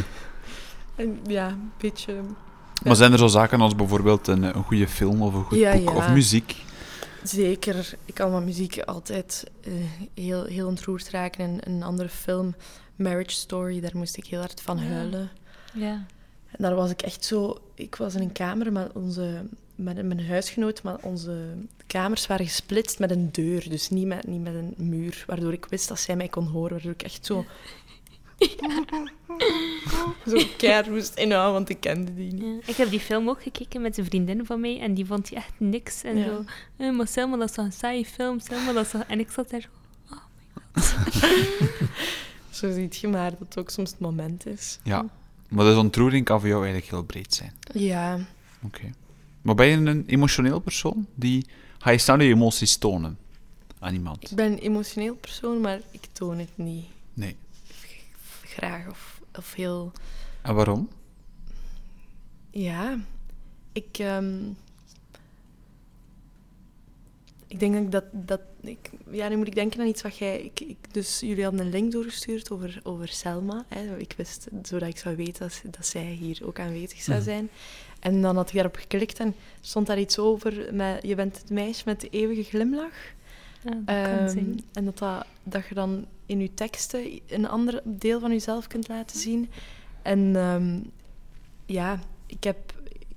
Een beetje... Maar zijn er zo zaken als bijvoorbeeld een goede film of een goed boek of muziek? Zeker. Ik kan met muziek altijd heel ontroerd raken. En een andere film, Marriage Story, daar moest ik heel hard van huilen. Ja. En daar was ik echt zo... Ik was in een kamer met mijn huisgenoot, maar onze kamers waren gesplitst met een deur. Dus niet met een muur, waardoor ik wist dat zij mij kon horen. Waardoor ik echt zo... zo keihard moest inhouden, want ik kende die niet. Ja, ik heb die film ook gekeken met een vriendin van mij en die vond die echt niks. En zo, maar Selma, dat is toch een saaie film, Selma, dat is toch... En ik zat daar zo, oh my god. Zo ziet je maar dat het ook soms het moment is. Ja, maar de ontroering kan voor jou eigenlijk heel breed zijn. Ja. Oké. Maar ben je een emotioneel persoon? Ga je snel je emoties tonen aan iemand? Ik ben een emotioneel persoon, maar ik toon het niet. Nee. Graag of heel... En waarom? Ja, ik denk dat nu moet ik denken aan iets wat jij... Dus jullie hadden een link doorgestuurd over Selma. Hè. Ik wist, zodat ik zou weten dat zij hier ook aanwezig zou zijn. En dan had ik daarop geklikt en stond daar iets over met... Je bent het meisje met de eeuwige glimlach. Ja, dat kan zijn. En dat je dan in je teksten een ander deel van jezelf kunt laten zien. En ik heb...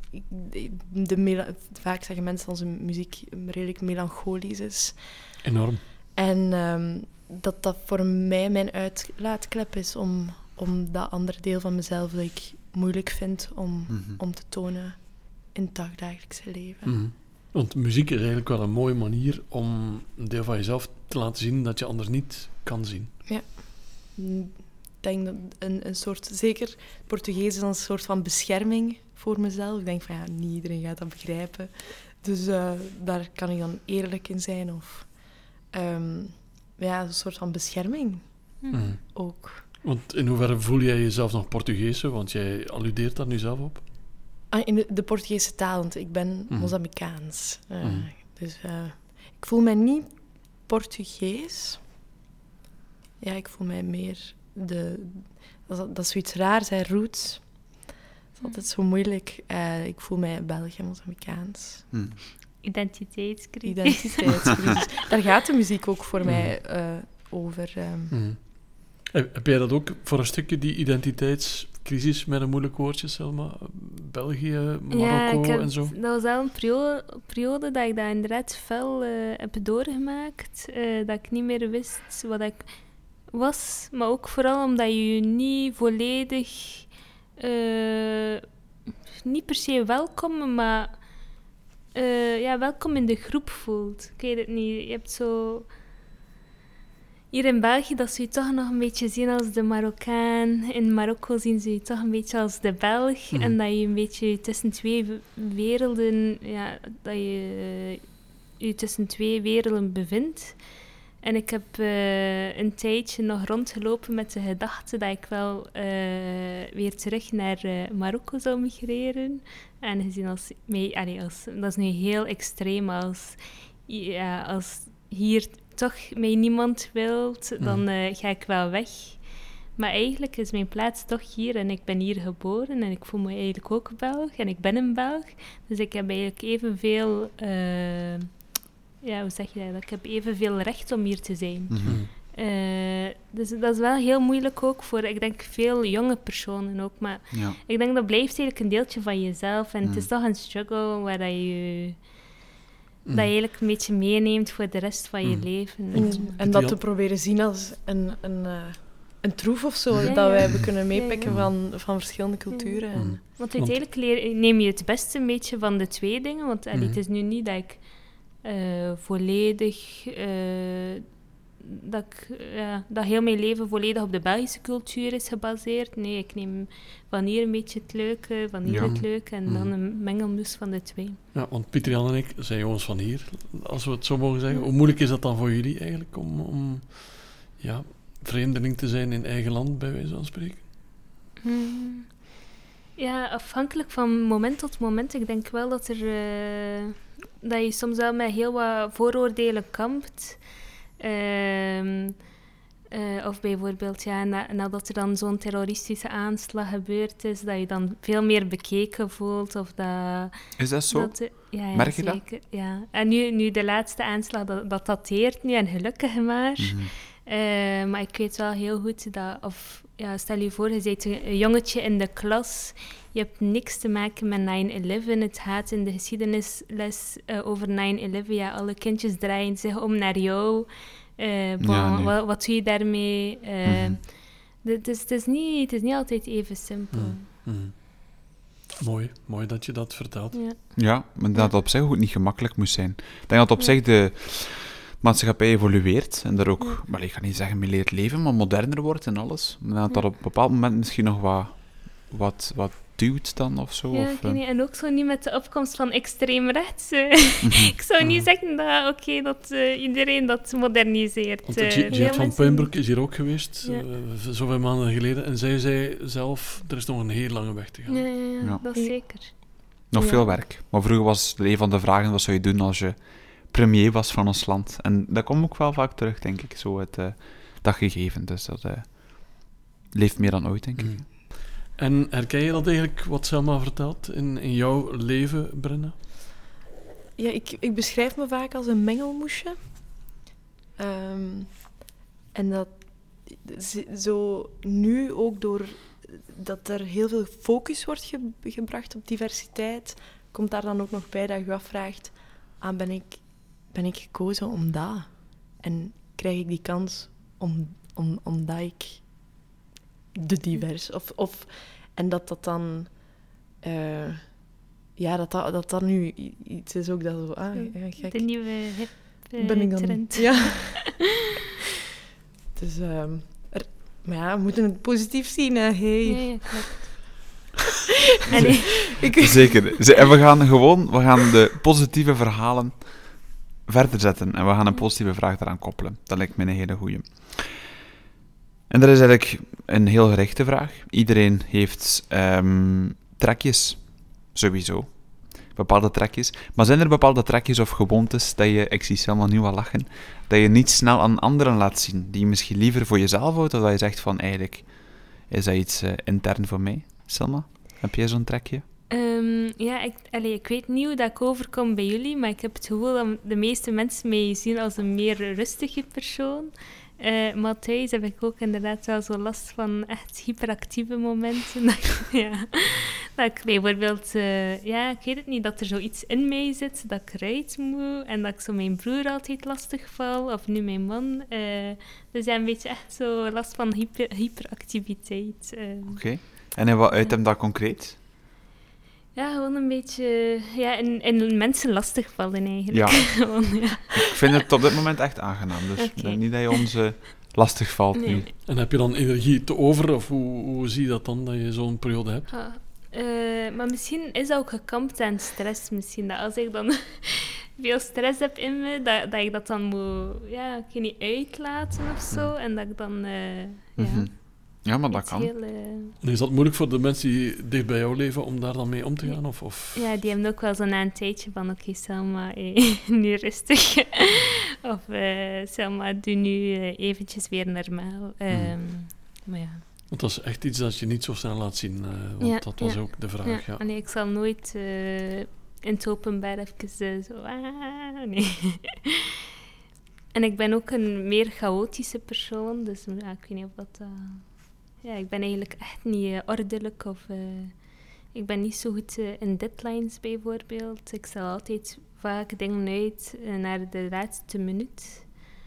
vaak zeggen mensen dat onze muziek redelijk melancholisch is. Enorm. En dat voor mij mijn uitlaatklep is om dat andere deel van mezelf dat ik moeilijk vind om te tonen in het dagdagelijkse leven. Want muziek is eigenlijk wel een mooie manier om een deel van jezelf te laten zien dat je anders niet kan zien. Ja. Ik denk dat een soort... Zeker Portugees is een soort van bescherming voor mezelf. Ik denk van niet iedereen gaat dat begrijpen. Dus daar kan ik dan eerlijk in zijn. Of een soort van bescherming ook. Want in hoeverre voel jij jezelf nog Portugees? Want jij alludeert daar nu zelf op. In de Portugese taal, want ik ben Mozambicaans. Dus ik voel mij niet Portugees. Ja, ik voel mij meer... Dat is zoiets raars, hè, roots. Dat is altijd zo moeilijk. Ik voel mij België, Mozambicaans. Identiteitscrisis. Daar gaat de muziek ook voor mij over. Heb jij dat ook voor een stukje, die identiteitscrisis met een moeilijk woordje, Selma? België, Marokko en zo? Dat was wel een periode dat ik dat inderdaad fel heb doorgemaakt. Dat ik niet meer wist wat ik was. Maar ook vooral omdat je je niet volledig... niet per se welkom, maar... welkom in de groep voelt. Ik weet het niet. Je hebt zo... Hier in België, dat ze je toch nog een beetje zien als de Marokkaan. In Marokko zien ze je toch een beetje als de Belg. En dat je een beetje tussen twee werelden... Ja, dat je je tussen twee werelden bevindt. En ik heb een tijdje nog rondgelopen met de gedachte dat ik wel weer terug naar Marokko zou migreren. En gezien als dat is nu heel extreem, als hier toch mij niemand wilt, dan ga ik wel weg. Maar eigenlijk is mijn plaats toch hier en ik ben hier geboren en ik voel me eigenlijk ook Belg en ik ben een Belg. Dus ik heb eigenlijk evenveel... hoe zeg je dat? Ik heb evenveel recht om hier te zijn. Dus dat is wel heel moeilijk ook voor, ik denk, veel jonge personen ook. Maar ik denk dat blijft eigenlijk een deeltje van jezelf. En het is toch een struggle waar dat je eigenlijk een beetje meeneemt voor de rest van je leven. En dat te proberen zien als een troef of zo, dat wij hebben kunnen meepikken van verschillende culturen. Want uiteindelijk neem je het beste een beetje van de twee dingen. Want het is nu niet dat ik volledig... dat heel mijn leven volledig op de Belgische cultuur is gebaseerd. Nee, ik neem van hier een beetje het leuke, van hier het leuke en dan een mengelmoes van de twee. Ja, want Pieter-Jan en ik zijn jongens van hier, als we het zo mogen zeggen. Hoe moeilijk is dat dan voor jullie eigenlijk om vreemdeling te zijn in eigen land, bij wijze van spreken? Ja, afhankelijk van moment tot moment. Ik denk wel dat dat je soms wel met heel wat vooroordelen kampt. Of bijvoorbeeld, nadat er dan zo'n terroristische aanslag gebeurd is, dat je dan veel meer bekeken voelt. Of dat, is dat zo? Merk je zeker, dat? Ja. En nu de laatste aanslag, dat dateert nu en gelukkig maar. Maar ik weet wel heel goed dat... stel je voor, je bent een jongetje in de klas. Je hebt niks te maken met 9/11. Het gaat in de geschiedenisles over 9/11. Ja, alle kindjes draaien zich om naar jou. Wat doe je daarmee? Het is niet altijd even simpel. Mooi dat je dat vertelt. Ja, maar dat op zich ook niet gemakkelijk moest zijn. Ik denk dat op zich de maatschappij evolueert en er ook, ik ga niet zeggen mee leert leven, maar moderner wordt en alles. Maar dat op een bepaald moment misschien nog wat duwt dan of zo. Ja, ik weet niet. En ook zo niet met de opkomst van extreem rechts. Ik zou niet zeggen dat iedereen dat moderniseert. Want Jet van Puinbroek is hier ook geweest, zoveel maanden geleden. En zij zei zelf, er is nog een heel lange weg te gaan. Ja, dat is zeker. Nog veel werk. Maar vroeger was een van de vragen, wat zou je doen als je premier was van ons land? En dat komt ook wel vaak terug, denk ik, zo dat gegeven. Dus dat leeft meer dan ooit, denk ik. En herken je dat eigenlijk, wat Selma vertelt, in jouw leven, Brenna? Ja, ik beschrijf me vaak als een mengelmoesje. En dat zo nu ook door dat er heel veel focus wordt gebracht op diversiteit, komt daar dan ook nog bij dat je je afvraagt, ben ik gekozen om dat? En krijg ik die kans omdat ik de divers... En dat dan... dat dan nu iets is ook dat zo... gek. De nieuwe hip ben ik dan, trend. Ja. Dus... maar we moeten het positief zien, hè. Hey. Ja, klopt. Zeker. En we gaan de positieve verhalen verder zetten. En we gaan een positieve vraag eraan koppelen. Dat lijkt me een hele goeie. En dat is eigenlijk een heel gerichte vraag. Iedereen heeft trekjes, sowieso. Bepaalde trekjes. Maar zijn er bepaalde trekjes of gewoontes dat je, ik zie Selma nu al lachen, dat je niet snel aan anderen laat zien, die je misschien liever voor jezelf houdt, of dat je zegt van, eigenlijk is dat iets intern voor mij? Selma, heb jij zo'n trekje? Ik weet niet hoe dat ik overkom bij jullie, maar ik heb het gevoel dat de meeste mensen mij zien als een meer rustige persoon. Maar thuis heb ik ook inderdaad wel zo last van echt hyperactieve momenten. Dat ik bijvoorbeeld, ik weet het niet, dat er zoiets in mij zit, dat ik eruit moet en dat ik zo mijn broer altijd lastig val, of nu mijn man. Dus ja, een beetje echt zo last van hyperactiviteit. Oké. En in wat uit hem dat concreet? Ja, gewoon een beetje in mensen lastigvallen eigenlijk. Ja. Gewoon, Ik vind het op dit moment echt aangenaam. Dus ik denk niet dat je ons lastig valt nu. En heb je dan energie te over? Of hoe zie je dat dan, dat je zo'n periode hebt? Maar misschien is dat ook gekampt aan stress. Misschien dat als ik dan veel stress heb in me, dat ik dat dan moet niet uitlaten of zo. En dat ik dan... Ja, maar dat kan. En is dat moeilijk voor de mensen die dicht bij jou leven om daar dan mee om te gaan? Of? Ja, die hebben ook wel zo na een tijdje van oké, Selma, nu rustig. Of Selma, doe nu eventjes weer normaal. Maar ja. Want dat is echt iets dat je niet zo snel laat zien. Want dat was ook de vraag. Ja. Nee, ik zal nooit in het openbaar even zo... nee. En ik ben ook een meer chaotische persoon, dus ik weet niet of dat... ik ben eigenlijk echt niet ordelijk of... ik ben niet zo goed in deadlines bijvoorbeeld. Ik stel altijd vaak dingen uit naar de laatste minuut.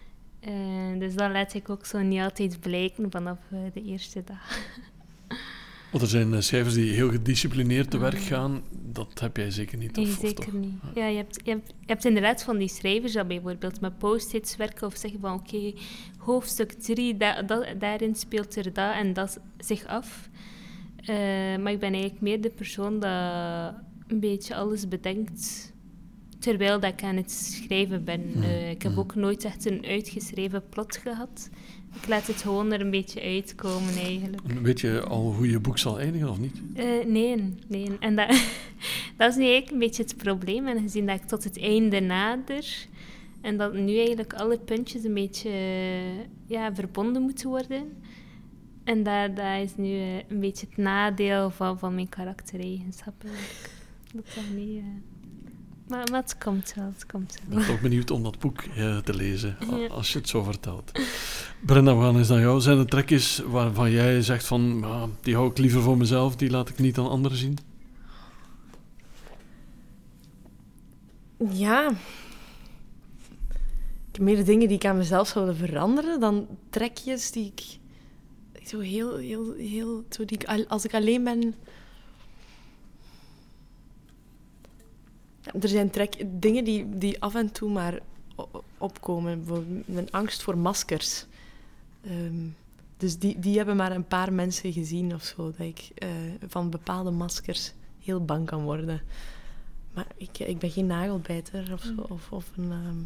Dus dat laat ik ook zo niet altijd blijken vanaf de eerste dag. Want er zijn schrijvers die heel gedisciplineerd te werk gaan. Dat heb jij zeker niet? Nee, zeker niet. Ja, je hebt inderdaad van die schrijvers dat bijvoorbeeld met post-its werken of zeggen van oké, hoofdstuk 3, daarin speelt er dat en dat zich af. Maar ik ben eigenlijk meer de persoon dat een beetje alles bedenkt terwijl dat ik aan het schrijven ben. Ik heb ook nooit echt een uitgeschreven plot gehad. Ik laat het gewoon er een beetje uitkomen eigenlijk. Weet je al hoe je boek zal eindigen of niet? Nee. En dat is nu eigenlijk een beetje het probleem. En gezien dat ik tot het einde nader en dat nu eigenlijk alle puntjes een beetje verbonden moeten worden. En dat is nu een beetje het nadeel van mijn karaktereigenschappen. Dat is niet... Maar het komt wel, Ik ben toch benieuwd om dat boek te lezen, als je het zo vertelt. Brenda, we gaan eens naar jou. Zijn er trekjes waarvan jij zegt van, die hou ik liever voor mezelf, die laat ik niet aan anderen zien? Ja. Ik heb meer dingen die ik aan mezelf zou willen veranderen dan trekjes die ik zo heel zo die ik, als ik alleen ben... Er zijn dingen die af en toe maar opkomen. Bijvoorbeeld mijn angst voor maskers. Dus die hebben maar een paar mensen gezien of zo. Dat ik van bepaalde maskers heel bang kan worden. Maar ik ben geen nagelbijter of zo. Of een...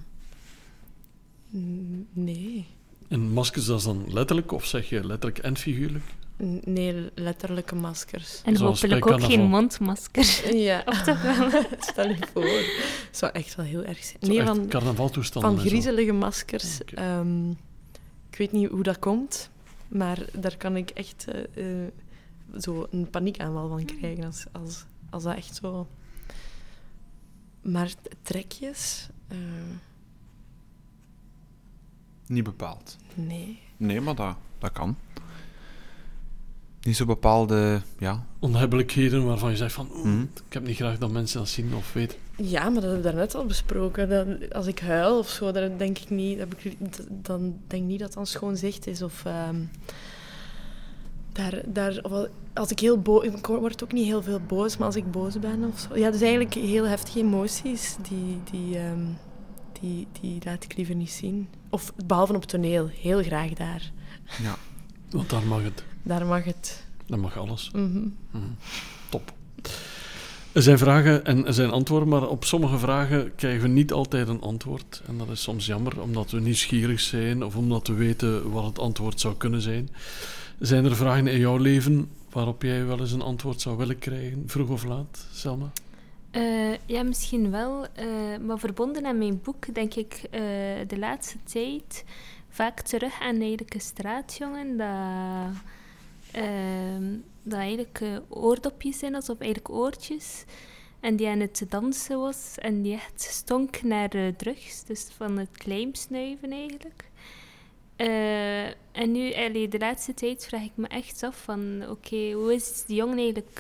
nee. En maskers, dat is dan letterlijk? Of zeg je letterlijk en figuurlijk? Nee, letterlijke maskers. En zoals hopelijk ook geen mondmaskers. Ja. Of toch wel? Stel je voor. Het zou echt wel heel erg zijn. Nee, van carnavaltoestanden. Van griezelige maskers. Okay. Ik weet niet hoe dat komt, maar daar kan ik echt zo een paniekaanval van krijgen als dat echt zo... Maar trekjes... Niet bepaald. Nee. Nee, maar dat kan. Niet zo bepaalde, onhebbelijkheden waarvan je zegt van, ik heb niet graag dat mensen dat zien of weten. Ja, maar dat hebben we daarnet al besproken. Dat als ik huil of zo, dan denk ik niet, dan denk ik niet dat dat een schoon zicht is. Of als ik heel boos... Ik word ook niet heel veel boos, maar als ik boos ben of zo... Ja, dus eigenlijk heel heftige emoties, die laat ik liever niet zien. Of behalve op toneel, heel graag daar. Ja, want daar mag het. Daar mag het. Dat mag alles. Mm-hmm. Top. Er zijn vragen en er zijn antwoorden, maar op sommige vragen krijgen we niet altijd een antwoord. En dat is soms jammer, omdat we nieuwsgierig zijn of omdat we weten wat het antwoord zou kunnen zijn. Zijn er vragen in jouw leven waarop jij wel eens een antwoord zou willen krijgen, vroeg of laat, Selma? Ja, misschien wel. Maar verbonden aan mijn boek denk ik de laatste tijd vaak terug aan eigenlijk een straatjongen dat eigenlijk oordopjes zijn, alsof eigenlijk oortjes. En die aan het dansen was en die echt stonk naar drugs, dus van het lijmsnuiven eigenlijk. En nu, de laatste tijd vraag ik me echt af van... Oké, hoe is die jongen eigenlijk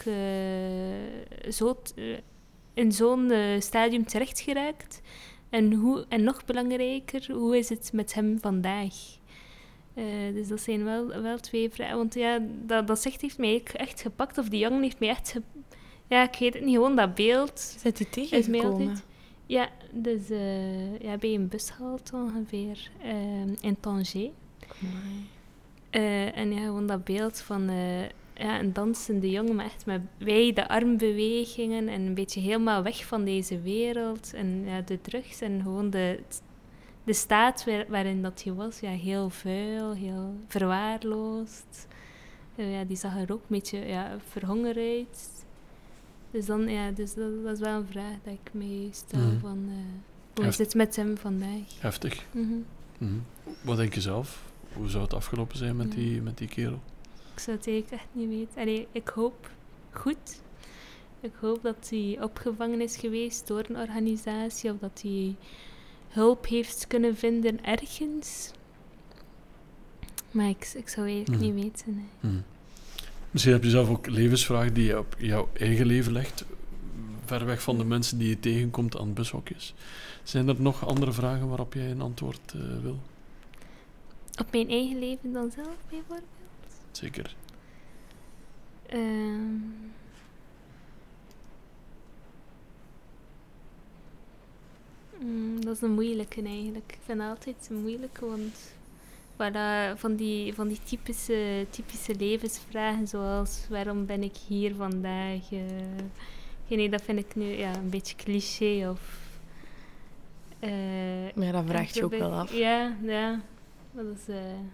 in zo'n stadium terechtgeraakt? En nog belangrijker, hoe is het met hem vandaag? Dus dat zijn wel twee vragen. Want ja, dat zegt heeft mij echt gepakt. Of die jongen heeft mij echt... Ja, ik weet het niet. Gewoon dat beeld... Zijn die is mij tegengekomen? altijd... Ja, dus bij een bushalte ongeveer. In Tanger. En ja, gewoon dat beeld van een dansende jongen, maar echt met wijde armbewegingen en een beetje helemaal weg van deze wereld. En ja, de drugs en gewoon de staat waarin dat hij was, ja, heel vuil, heel verwaarloosd. Ja, die zag er ook een beetje verhongerd uit. Dus dan, dus dat is wel een vraag dat ik me stel van hoe is het met hem vandaag? Heftig. Mm-hmm. Mm-hmm. Wat denk je zelf? Hoe zou het afgelopen zijn met die kerel? Ik zou het eigenlijk echt niet weten. Allee, ik hoop goed. Ik hoop dat hij opgevangen is geweest door een organisatie of dat hij hulp heeft kunnen vinden ergens. Maar ik zou eigenlijk niet weten. Nee. Mm. Misschien heb je zelf ook levensvragen die je op jouw eigen leven legt, ver weg van de mensen die je tegenkomt aan bushokjes. Zijn er nog andere vragen waarop jij een antwoord wil? Op mijn eigen leven dan zelf, bijvoorbeeld? Zeker. Dat is een moeilijke eigenlijk. Ik vind het altijd een moeilijke, want voilà, van die typische levensvragen zoals waarom ben ik hier vandaag? Nee, dat vind ik nu een beetje cliché of... Maar ja, dat vraagt je ook wel af. Ja. Dat is...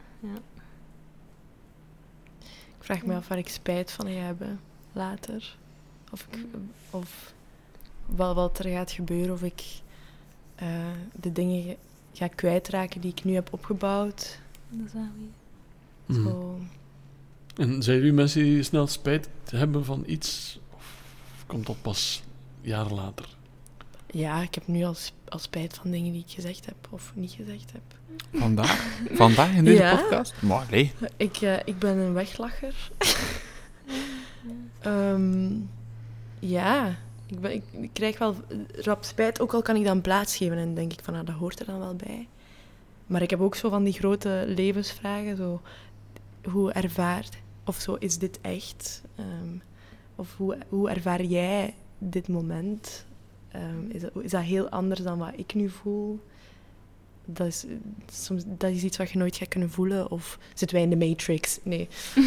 Ik vraag me af waar ik spijt van ga hebben later. Of wat er gaat gebeuren. Of ik de dingen ga kwijtraken die ik nu heb opgebouwd. Dat is wel weer. Zo. En zijn jullie mensen die snel spijt hebben van iets? Of komt dat pas jaren later? Ja, ik heb nu al spijt van dingen die ik gezegd heb of niet gezegd heb. Vandaag in deze podcast? Maar nee. Ik ben een weglacher. Ik krijg wel rap spijt, ook al kan ik dan plaatsgeven en denk ik van, dat hoort er dan wel bij. Maar ik heb ook zo van die grote levensvragen, zo, hoe ervaart, of zo, is dit echt? Of hoe ervaar jij dit moment? Is dat heel anders dan wat ik nu voel? Dat is iets wat je nooit gaat kunnen voelen. Of zitten wij in de Matrix? Nee.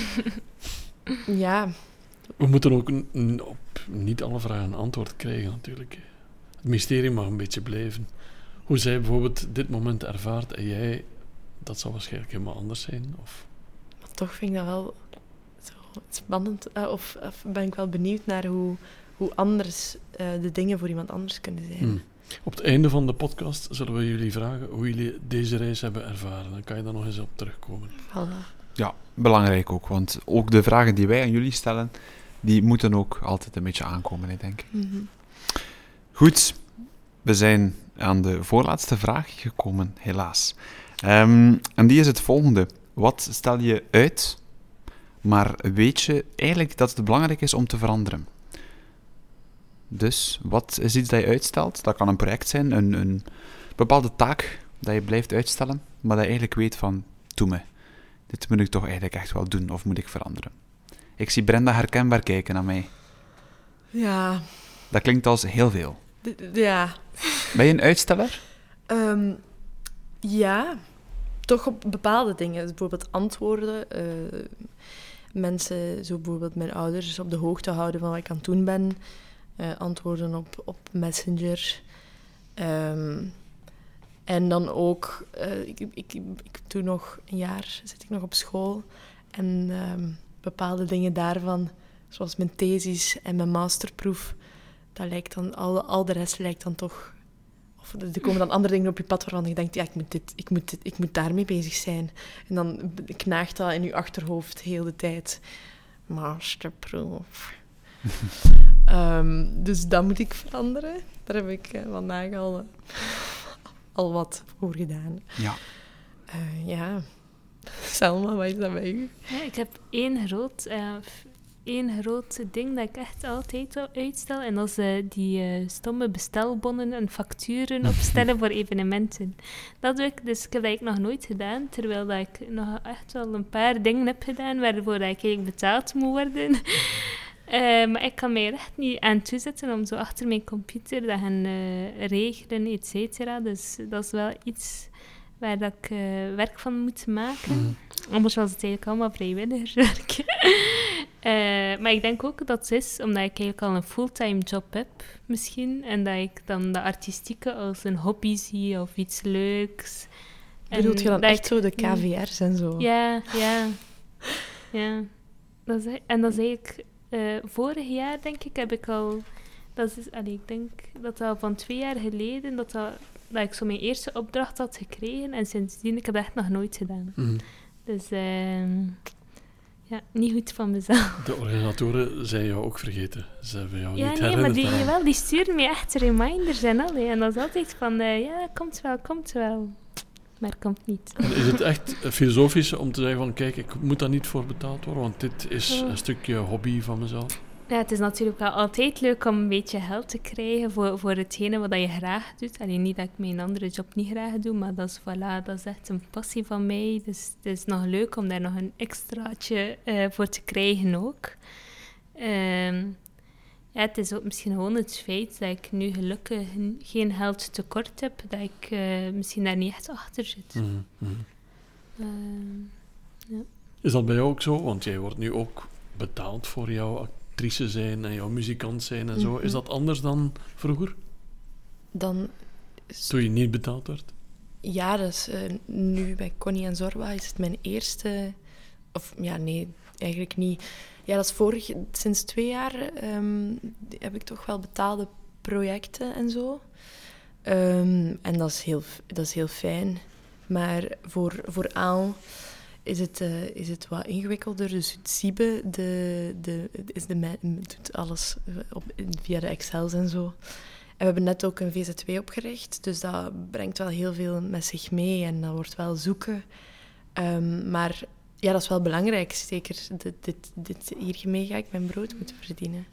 Ja. We moeten ook op niet alle vragen een antwoord krijgen, natuurlijk. Het mysterie mag een beetje blijven. Hoe zij bijvoorbeeld dit moment ervaart en jij, dat zal waarschijnlijk helemaal anders zijn. Of... Maar toch vind ik dat wel zo spannend. Of ben ik wel benieuwd naar hoe anders de dingen voor iemand anders kunnen zijn. Op het einde van de podcast zullen we jullie vragen hoe jullie deze reis hebben ervaren. Dan kan je daar nog eens op terugkomen. Voilà. Ja, belangrijk ook, want ook de vragen die wij aan jullie stellen, die moeten ook altijd een beetje aankomen, ik denk. Mm-hmm. Goed, we zijn aan de voorlaatste vraag gekomen, helaas. En die is het volgende. Wat stel je uit, maar weet je eigenlijk dat het belangrijk is om te veranderen? Dus, wat is iets dat je uitstelt? Dat kan een project zijn, een bepaalde taak dat je blijft uitstellen, maar dat je eigenlijk weet van, doe me. Dit moet ik toch eigenlijk echt wel doen, of moet ik veranderen? Ik zie Brenda herkenbaar kijken naar mij. Ja. Dat klinkt als heel veel. Ja. Ben je een uitsteller? Ja. Toch op bepaalde dingen. Dus bijvoorbeeld antwoorden. Mensen, zo bijvoorbeeld mijn ouders, op de hoogte houden van wat ik aan het doen ben. Antwoorden op Messenger. En dan ook, ik doe nog een jaar, zit ik nog op school. En bepaalde dingen daarvan, zoals mijn thesis en mijn masterproef, dat lijkt dan, al de rest lijkt dan toch... Of er komen dan andere dingen op je pad waarvan je denkt, ja, ik moet daarmee bezig zijn. En dan knaagt dat in je achterhoofd heel de tijd. Masterproef. Dus dat moet ik veranderen. Daar heb ik vandaag al wat voor gedaan. Ja. Ja. Selma, wat is dat bij u? Ja, ik heb één groot ding dat ik echt altijd uitstel. En dat is die stomme bestelbonnen en facturen opstellen voor evenementen. Dat doe ik, dus ik heb dat eigenlijk nog nooit gedaan. Terwijl dat ik nog echt wel een paar dingen heb gedaan waarvoor dat ik eigenlijk betaald moet worden. Maar ik kan mij er echt niet aan toezetten om zo achter mijn computer dat gaan regelen, et cetera. Dus dat is wel iets waar dat ik werk van moet maken. Anders was het eigenlijk allemaal vrijwilligerswerk. Maar ik denk ook dat het is omdat ik eigenlijk al een fulltime job heb, misschien. En dat ik dan de artistieke als een hobby zie of iets leuks. Bedoelt je dan echt zo de KVR's en zo? Ja. Dat is eigenlijk... vorig jaar, denk ik, heb ik al... ik denk dat al van 2 jaar geleden... Dat ik zo mijn eerste opdracht had gekregen. En sindsdien, ik heb dat echt nog nooit gedaan. Dus niet goed van mezelf. De organisatoren zijn jou ook vergeten. Ze hebben jou niet herinnerd. Maar die sturen me echt reminders en al. En dat is altijd van, komt wel. Maar het komt niet. En is het echt filosofisch om te zeggen van, kijk, ik moet daar niet voor betaald worden, want dit is een stukje hobby van mezelf? Ja, het is natuurlijk wel altijd leuk om een beetje geld te krijgen voor hetgene wat je graag doet. Alleen niet dat ik mijn andere job niet graag doe, maar dat is echt een passie van mij. Dus het is nog leuk om daar nog een extraatje voor te krijgen ook. Het is ook misschien gewoon het feit dat ik nu gelukkig geen geld tekort heb, dat ik misschien daar niet echt achter zit. Ja. Is dat bij jou ook zo? Want jij wordt nu ook betaald voor jouw actrice zijn en jouw muzikant zijn en zo. Is dat anders dan vroeger? Toen je niet betaald werd? Ja, dus nu bij Connie en Zorba is het mijn eerste... nee, eigenlijk niet. Ja, dat is sinds 2 jaar heb ik toch wel betaalde projecten en zo. En dat is heel fijn. Maar voor Aal is het wat ingewikkelder. Dus Siebe doet alles via de Excels en zo. En we hebben net ook een VZ2 opgericht. Dus dat brengt wel heel veel met zich mee. En dat wordt wel zoeken. Maar... ja, dat is wel belangrijk. Zeker hiermee ga ik mijn brood moeten verdienen.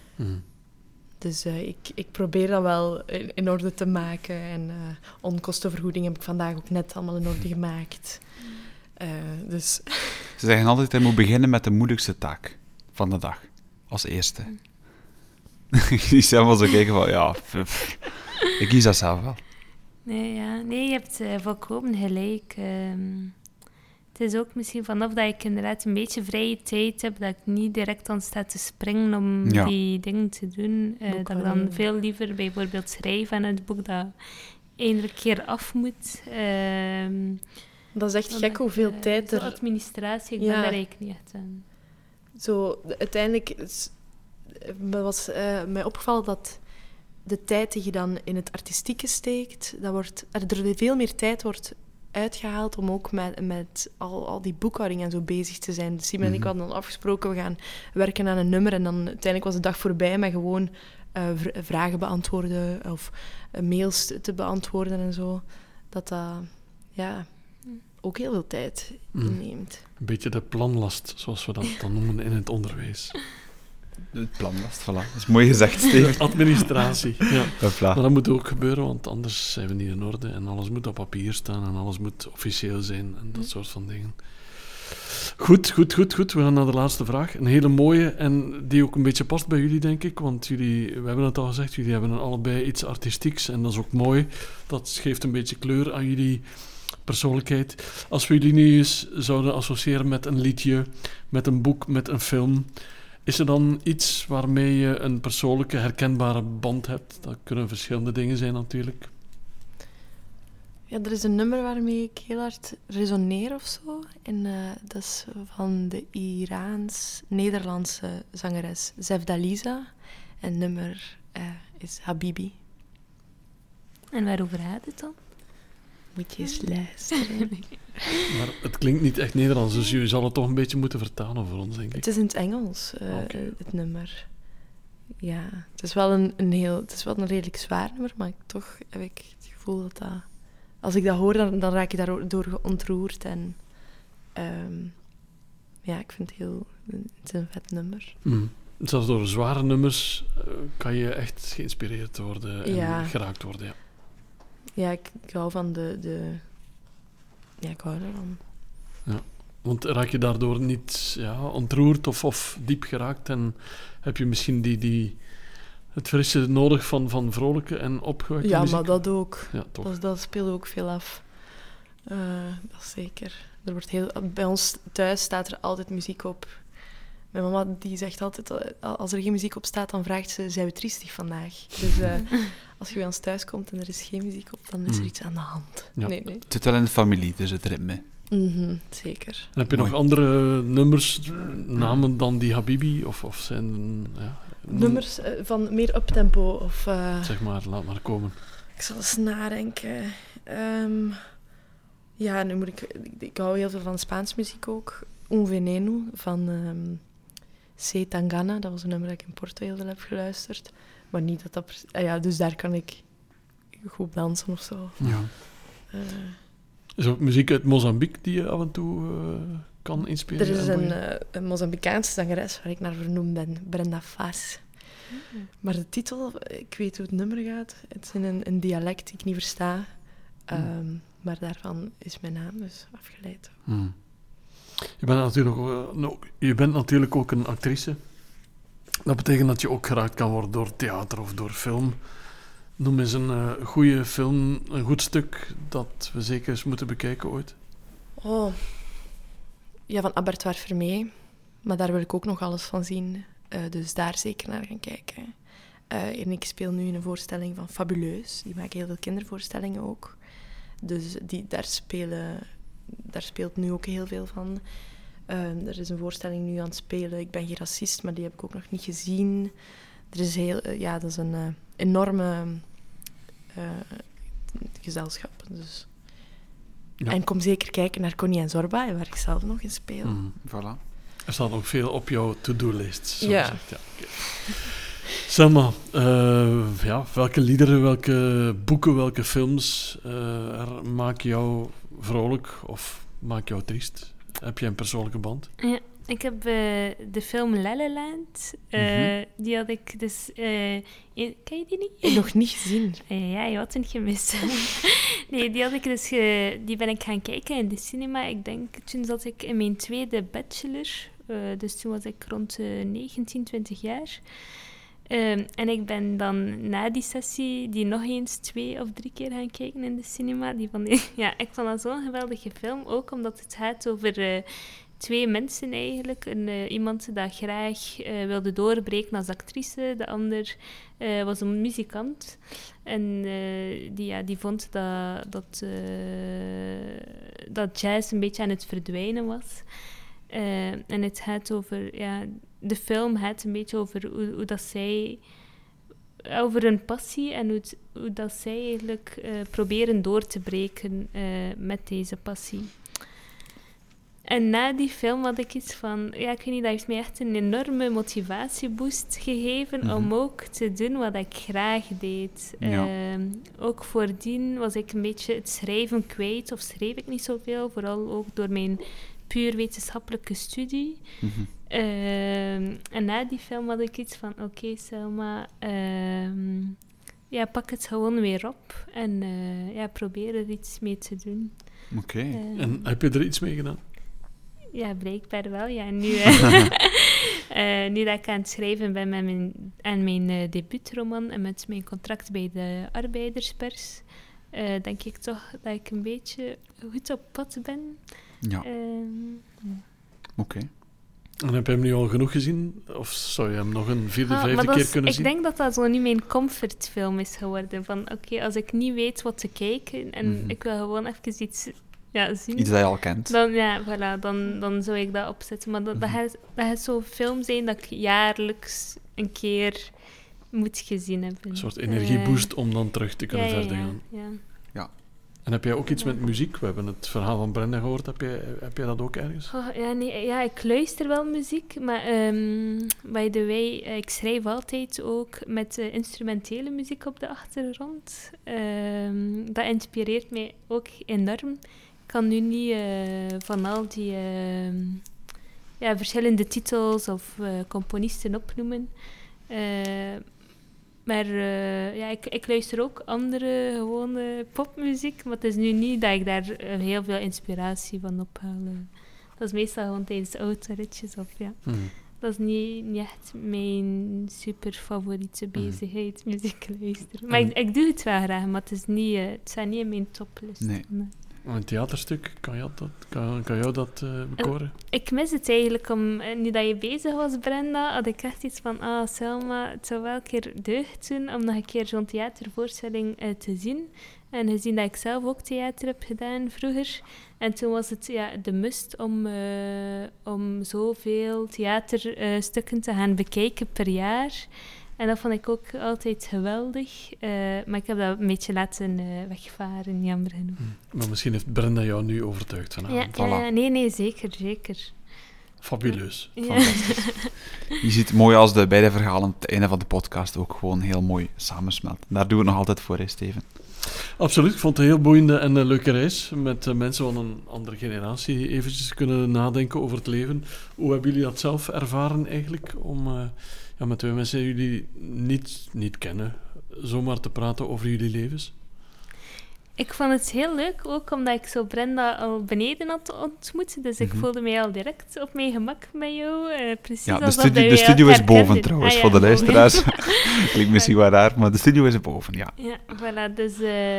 Dus ik probeer dat wel in orde te maken. En onkostenvergoeding heb ik vandaag ook net allemaal in orde gemaakt. Dus... Ze zeggen altijd, hij moet beginnen met de moeilijkste taak van de dag. Als eerste. Ik zie zelf wel zo kijken van, ik kies dat zelf wel. Nee, je hebt volkomen gelijk. Het is ook misschien vanaf dat ik inderdaad een beetje vrije tijd heb, dat ik niet direct aan sta te springen om die dingen te doen. Dat ik dan veel liever bijvoorbeeld schrijf aan het boek dat eindelijk een keer af moet. Dat is echt gek hoeveel tijd er... De administratie, ik ben daar eigenlijk niet echt aan. Zo, uiteindelijk was mij opgevallen dat de tijd die je dan in het artistieke steekt, er veel meer tijd wordt uitgehaald om ook met al die boekhouding en zo bezig te zijn. Dus Simon en ik hadden dan afgesproken, we gaan werken aan een nummer en dan uiteindelijk was de dag voorbij met gewoon vragen beantwoorden of mails te beantwoorden en zo. Dat ook heel veel tijd inneemt. Een beetje de planlast, zoals we dat dan noemen in het onderwijs. De planlast, voilà. Dat is mooi gezegd, Steve. Administratie, ja. Hopla. Maar dat moet ook gebeuren, want anders zijn we niet in orde. En alles moet op papier staan en alles moet officieel zijn en dat soort van dingen. Goed. We gaan naar de laatste vraag. Een hele mooie en die ook een beetje past bij jullie, denk ik. Want jullie, we hebben het al gezegd, jullie hebben allebei iets artistieks. En dat is ook mooi. Dat geeft een beetje kleur aan jullie persoonlijkheid. Als we jullie nu eens zouden associëren met een liedje, met een boek, met een film... Is er dan iets waarmee je een persoonlijke, herkenbare band hebt? Dat kunnen verschillende dingen zijn natuurlijk. Ja, er is een nummer waarmee ik heel hard resoneer of zo. En dat is van de Iraans-Nederlandse zangeres Zevdaliza. En het nummer is Habibi. En waarover gaat het dan? Moet je eens luisteren. Maar het klinkt niet echt Nederlands, dus je zal het toch een beetje moeten vertalen voor ons, denk ik. Het is in het Engels, het nummer. Ja, het is wel een redelijk zwaar nummer, maar toch heb ik het gevoel dat als ik dat hoor, dan raak ik daardoor ontroerd. En Ja, ik vind het is een vet nummer. Zelfs door zware nummers kan je echt geïnspireerd worden en geraakt worden. Ja, ja ik hou van Ja, ik hou ervan. Ja. Want raak je daardoor niet ontroerd of diep geraakt en heb je misschien het frisse nodig van vrolijke en opgewekte muziek? Ja, maar dat ook. Ja, toch. Dat speelt ook veel af. Dat is zeker. Bij ons thuis staat er altijd muziek op. Mijn mama die zegt altijd, als er geen muziek op staat, dan vraagt ze, zijn we triestig vandaag? Dus als je bij ons thuis komt en er is geen muziek op, dan is er iets aan de hand. Ja. Nee. Het zit wel in de familie, dus het ritme. Zeker. En heb je nog andere nummers, namen dan die Habibi? Of zijn... Nummers van meer uptempo? Of, Zeg maar, laat maar komen. Ik zal eens nadenken. Ja, nu moet ik hou heel veel van Spaans muziek ook. Un Veneno van C. Tangana. Dat was een nummer dat ik in Porto heel veel heb geluisterd. Maar niet dat... dus daar kan ik goed dansen of zo. Ja. Is er ook muziek uit Mozambique die je af en toe kan inspireren? Er is een Mozambicaanse zangeres waar ik naar vernoemd ben. Brenda Fass. Maar de titel, ik weet hoe het nummer gaat. Het is in een dialect die ik niet versta. Maar daarvan is mijn naam dus afgeleid. Je bent natuurlijk ook een actrice. Dat betekent dat je ook geraakt kan worden door theater of door film. Noem eens een goede film, een goed stuk dat we zeker eens moeten bekijken ooit. Oh, ja, van Abattoir Vermeer. Maar daar wil ik ook nog alles van zien. Dus daar zeker naar gaan kijken. En ik speel nu in een voorstelling van Fabuleus. Die maken heel veel kindervoorstellingen ook. Dus daar speelt nu ook heel veel van. Er is een voorstelling nu aan het spelen. Ik ben geen racist, maar die heb ik ook nog niet gezien. Er is dat is een enorme gezelschap. Dus. Ja. En kom zeker kijken naar Connie en Zorba, waar ik zelf nog in speel. Voilà. Er staat ook veel op jouw to-do-list. Ja. Okay. Selma, welke liederen, welke boeken, welke films maken jou vrolijk of maken jou triest? Heb jij een persoonlijke band? Ja, ik heb de film La La Land. Die had ik dus... ken je die niet? Nog niet gezien. Ja, je had het gemist. Nee, die ben ik gaan kijken in de cinema. Ik denk, toen zat ik in mijn tweede bachelor. Dus toen was ik rond 19, 20 jaar. En ik ben dan na die sessie die nog eens 2 of 3 keer gaan kijken in de cinema. Ik vond dat zo'n geweldige film. Ook omdat het gaat over 2 mensen eigenlijk. Iemand dat graag wilde doorbreken als actrice. De ander was een muzikant. En die vond dat jazz een beetje aan het verdwijnen was. En het gaat over... de film gaat een beetje over hoe dat zij... Over hun passie en hoe dat zij eigenlijk proberen door te breken met deze passie. En na die film had ik iets van... Ja, ik weet niet, dat heeft mij echt een enorme motivatieboost gegeven om ook te doen wat ik graag deed. Ja. Ook voordien was ik een beetje het schrijven kwijt, of schreef ik niet zoveel, vooral ook door mijn puur wetenschappelijke studie. En na die film had ik iets van... Oké, Selma, pak het gewoon weer op en probeer er iets mee te doen. Oké. En heb je er iets mee gedaan? Ja, blijkbaar wel. Ja, nu, nu dat ik aan het schrijven ben aan mijn debuutroman en met mijn contract bij de arbeiderspers, denk ik toch dat ik een beetje goed op pad ben. Ja. Oké. En heb je hem nu al genoeg gezien? Of zou je hem nog een 4e, 5e keer kunnen zien? Ik denk dat zo nu mijn comfortfilm is geworden. Van oké, als ik niet weet wat te kijken en ik wil gewoon even iets zien. Iets dat je al kent. Dan zou ik dat opzetten. Maar dat gaat zo'n film zijn dat ik jaarlijks een keer moet gezien hebben. Een soort energieboost om dan terug te kunnen verder gaan. Ja. En heb jij ook iets met muziek? We hebben het verhaal van Brenda gehoord. Heb jij dat ook ergens? Ik luister wel muziek, maar by the way, ik schrijf altijd ook met instrumentele muziek op de achtergrond. Dat inspireert mij ook enorm. Ik kan nu niet van al die verschillende titels of componisten opnoemen. Maar ik luister ook andere gewone popmuziek, maar het is nu niet dat ik daar heel veel inspiratie van ophaal. Dat is meestal gewoon tijdens de autoritjes of Dat is niet echt mijn super favoriete bezigheid, muziek luisteren. Maar ik doe het wel graag, maar het staat niet in mijn toplist. Nee. Een theaterstuk, kan jou dat bekoren? Ik mis het eigenlijk, nu dat je bezig was, Brenda, had ik echt iets van, Selma, het zou wel een keer deugd doen om nog een keer zo'n theatervoorstelling te zien. En gezien dat ik zelf ook theater heb gedaan vroeger. En toen was het de must om zoveel theaterstukken te gaan bekijken per jaar. En dat vond ik ook altijd geweldig. Maar ik heb dat een beetje laten wegvaren, jammer genoeg. Maar misschien heeft Brenda jou nu overtuigd vanavond. Ja, nee, zeker. Fabuleus. Ja. Fantastisch. Je ziet mooi als de beide verhalen op het einde van de podcast ook gewoon heel mooi samensmelten. Daar doen we het nog altijd voor, hè, Steven. Absoluut, ik vond het een heel boeiende en leuke reis met mensen van een andere generatie die eventjes kunnen nadenken over het leven. Hoe hebben jullie dat zelf ervaren eigenlijk, om met twee mensen die jullie niet kennen, zomaar te praten over jullie levens? Ik vond het heel leuk, ook omdat ik zo Brenda al beneden had ontmoet. Dus ik voelde mij al direct op mijn gemak met jou. Precies de studio is boven trouwens, voor de luisteraars. Klinkt misschien wel raar, maar de studio is boven, ja. Ja, voilà. Dus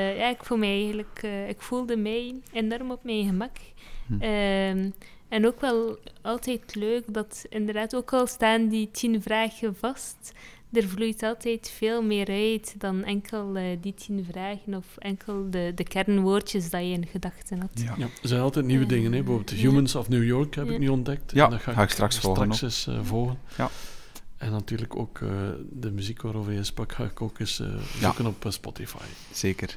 ik voelde mij enorm op mijn gemak. En ook wel altijd leuk dat inderdaad, ook al staan die 10 vragen vast, er vloeit altijd veel meer uit dan enkel die 10 vragen of enkel de kernwoordjes dat je in gedachten had. Ja, er zijn altijd nieuwe dingen. Hè? Bijvoorbeeld Humans of New York heb ik nu ontdekt. Ja, en dat ga ik straks volgen. Eens volgen. Ja. En natuurlijk ook de muziek waarover je sprak, ga ik ook eens zoeken op Spotify. Zeker.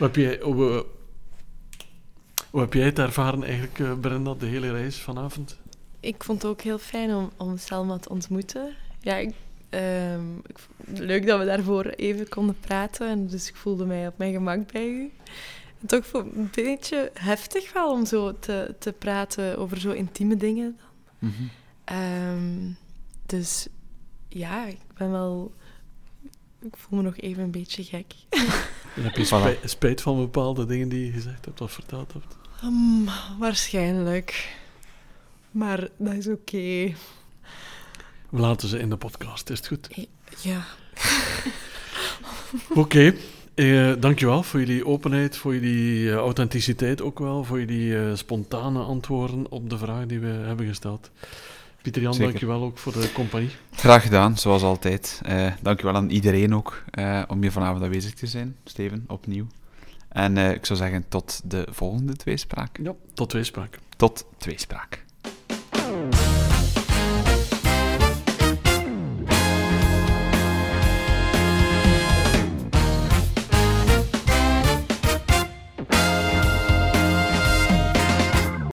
Hoe heb jij het ervaren eigenlijk, Brenda, de hele reis vanavond? Ik vond het ook heel fijn om Selma te ontmoeten. Ja, leuk dat we daarvoor even konden praten. En dus ik voelde mij op mijn gemak bij u. En toch een beetje heftig wel om zo te praten over zo intieme dingen. Dus ja, ik voel me nog even een beetje gek. En heb je spijt van bepaalde dingen die je gezegd hebt of verteld hebt? Waarschijnlijk. Maar dat is oké. We laten ze in de podcast, is het goed? Ja. Oké. Dankjewel voor jullie openheid, voor jullie authenticiteit ook wel, voor jullie spontane antwoorden op de vragen die we hebben gesteld. Pieter-Jan, dankjewel ook voor de compagnie. Graag gedaan, zoals altijd. Dankjewel aan iedereen ook om hier vanavond aanwezig te zijn. Steven, opnieuw. En ik zou zeggen, tot de volgende tweespraak. Ja, tot tweespraak. Tot tweespraak.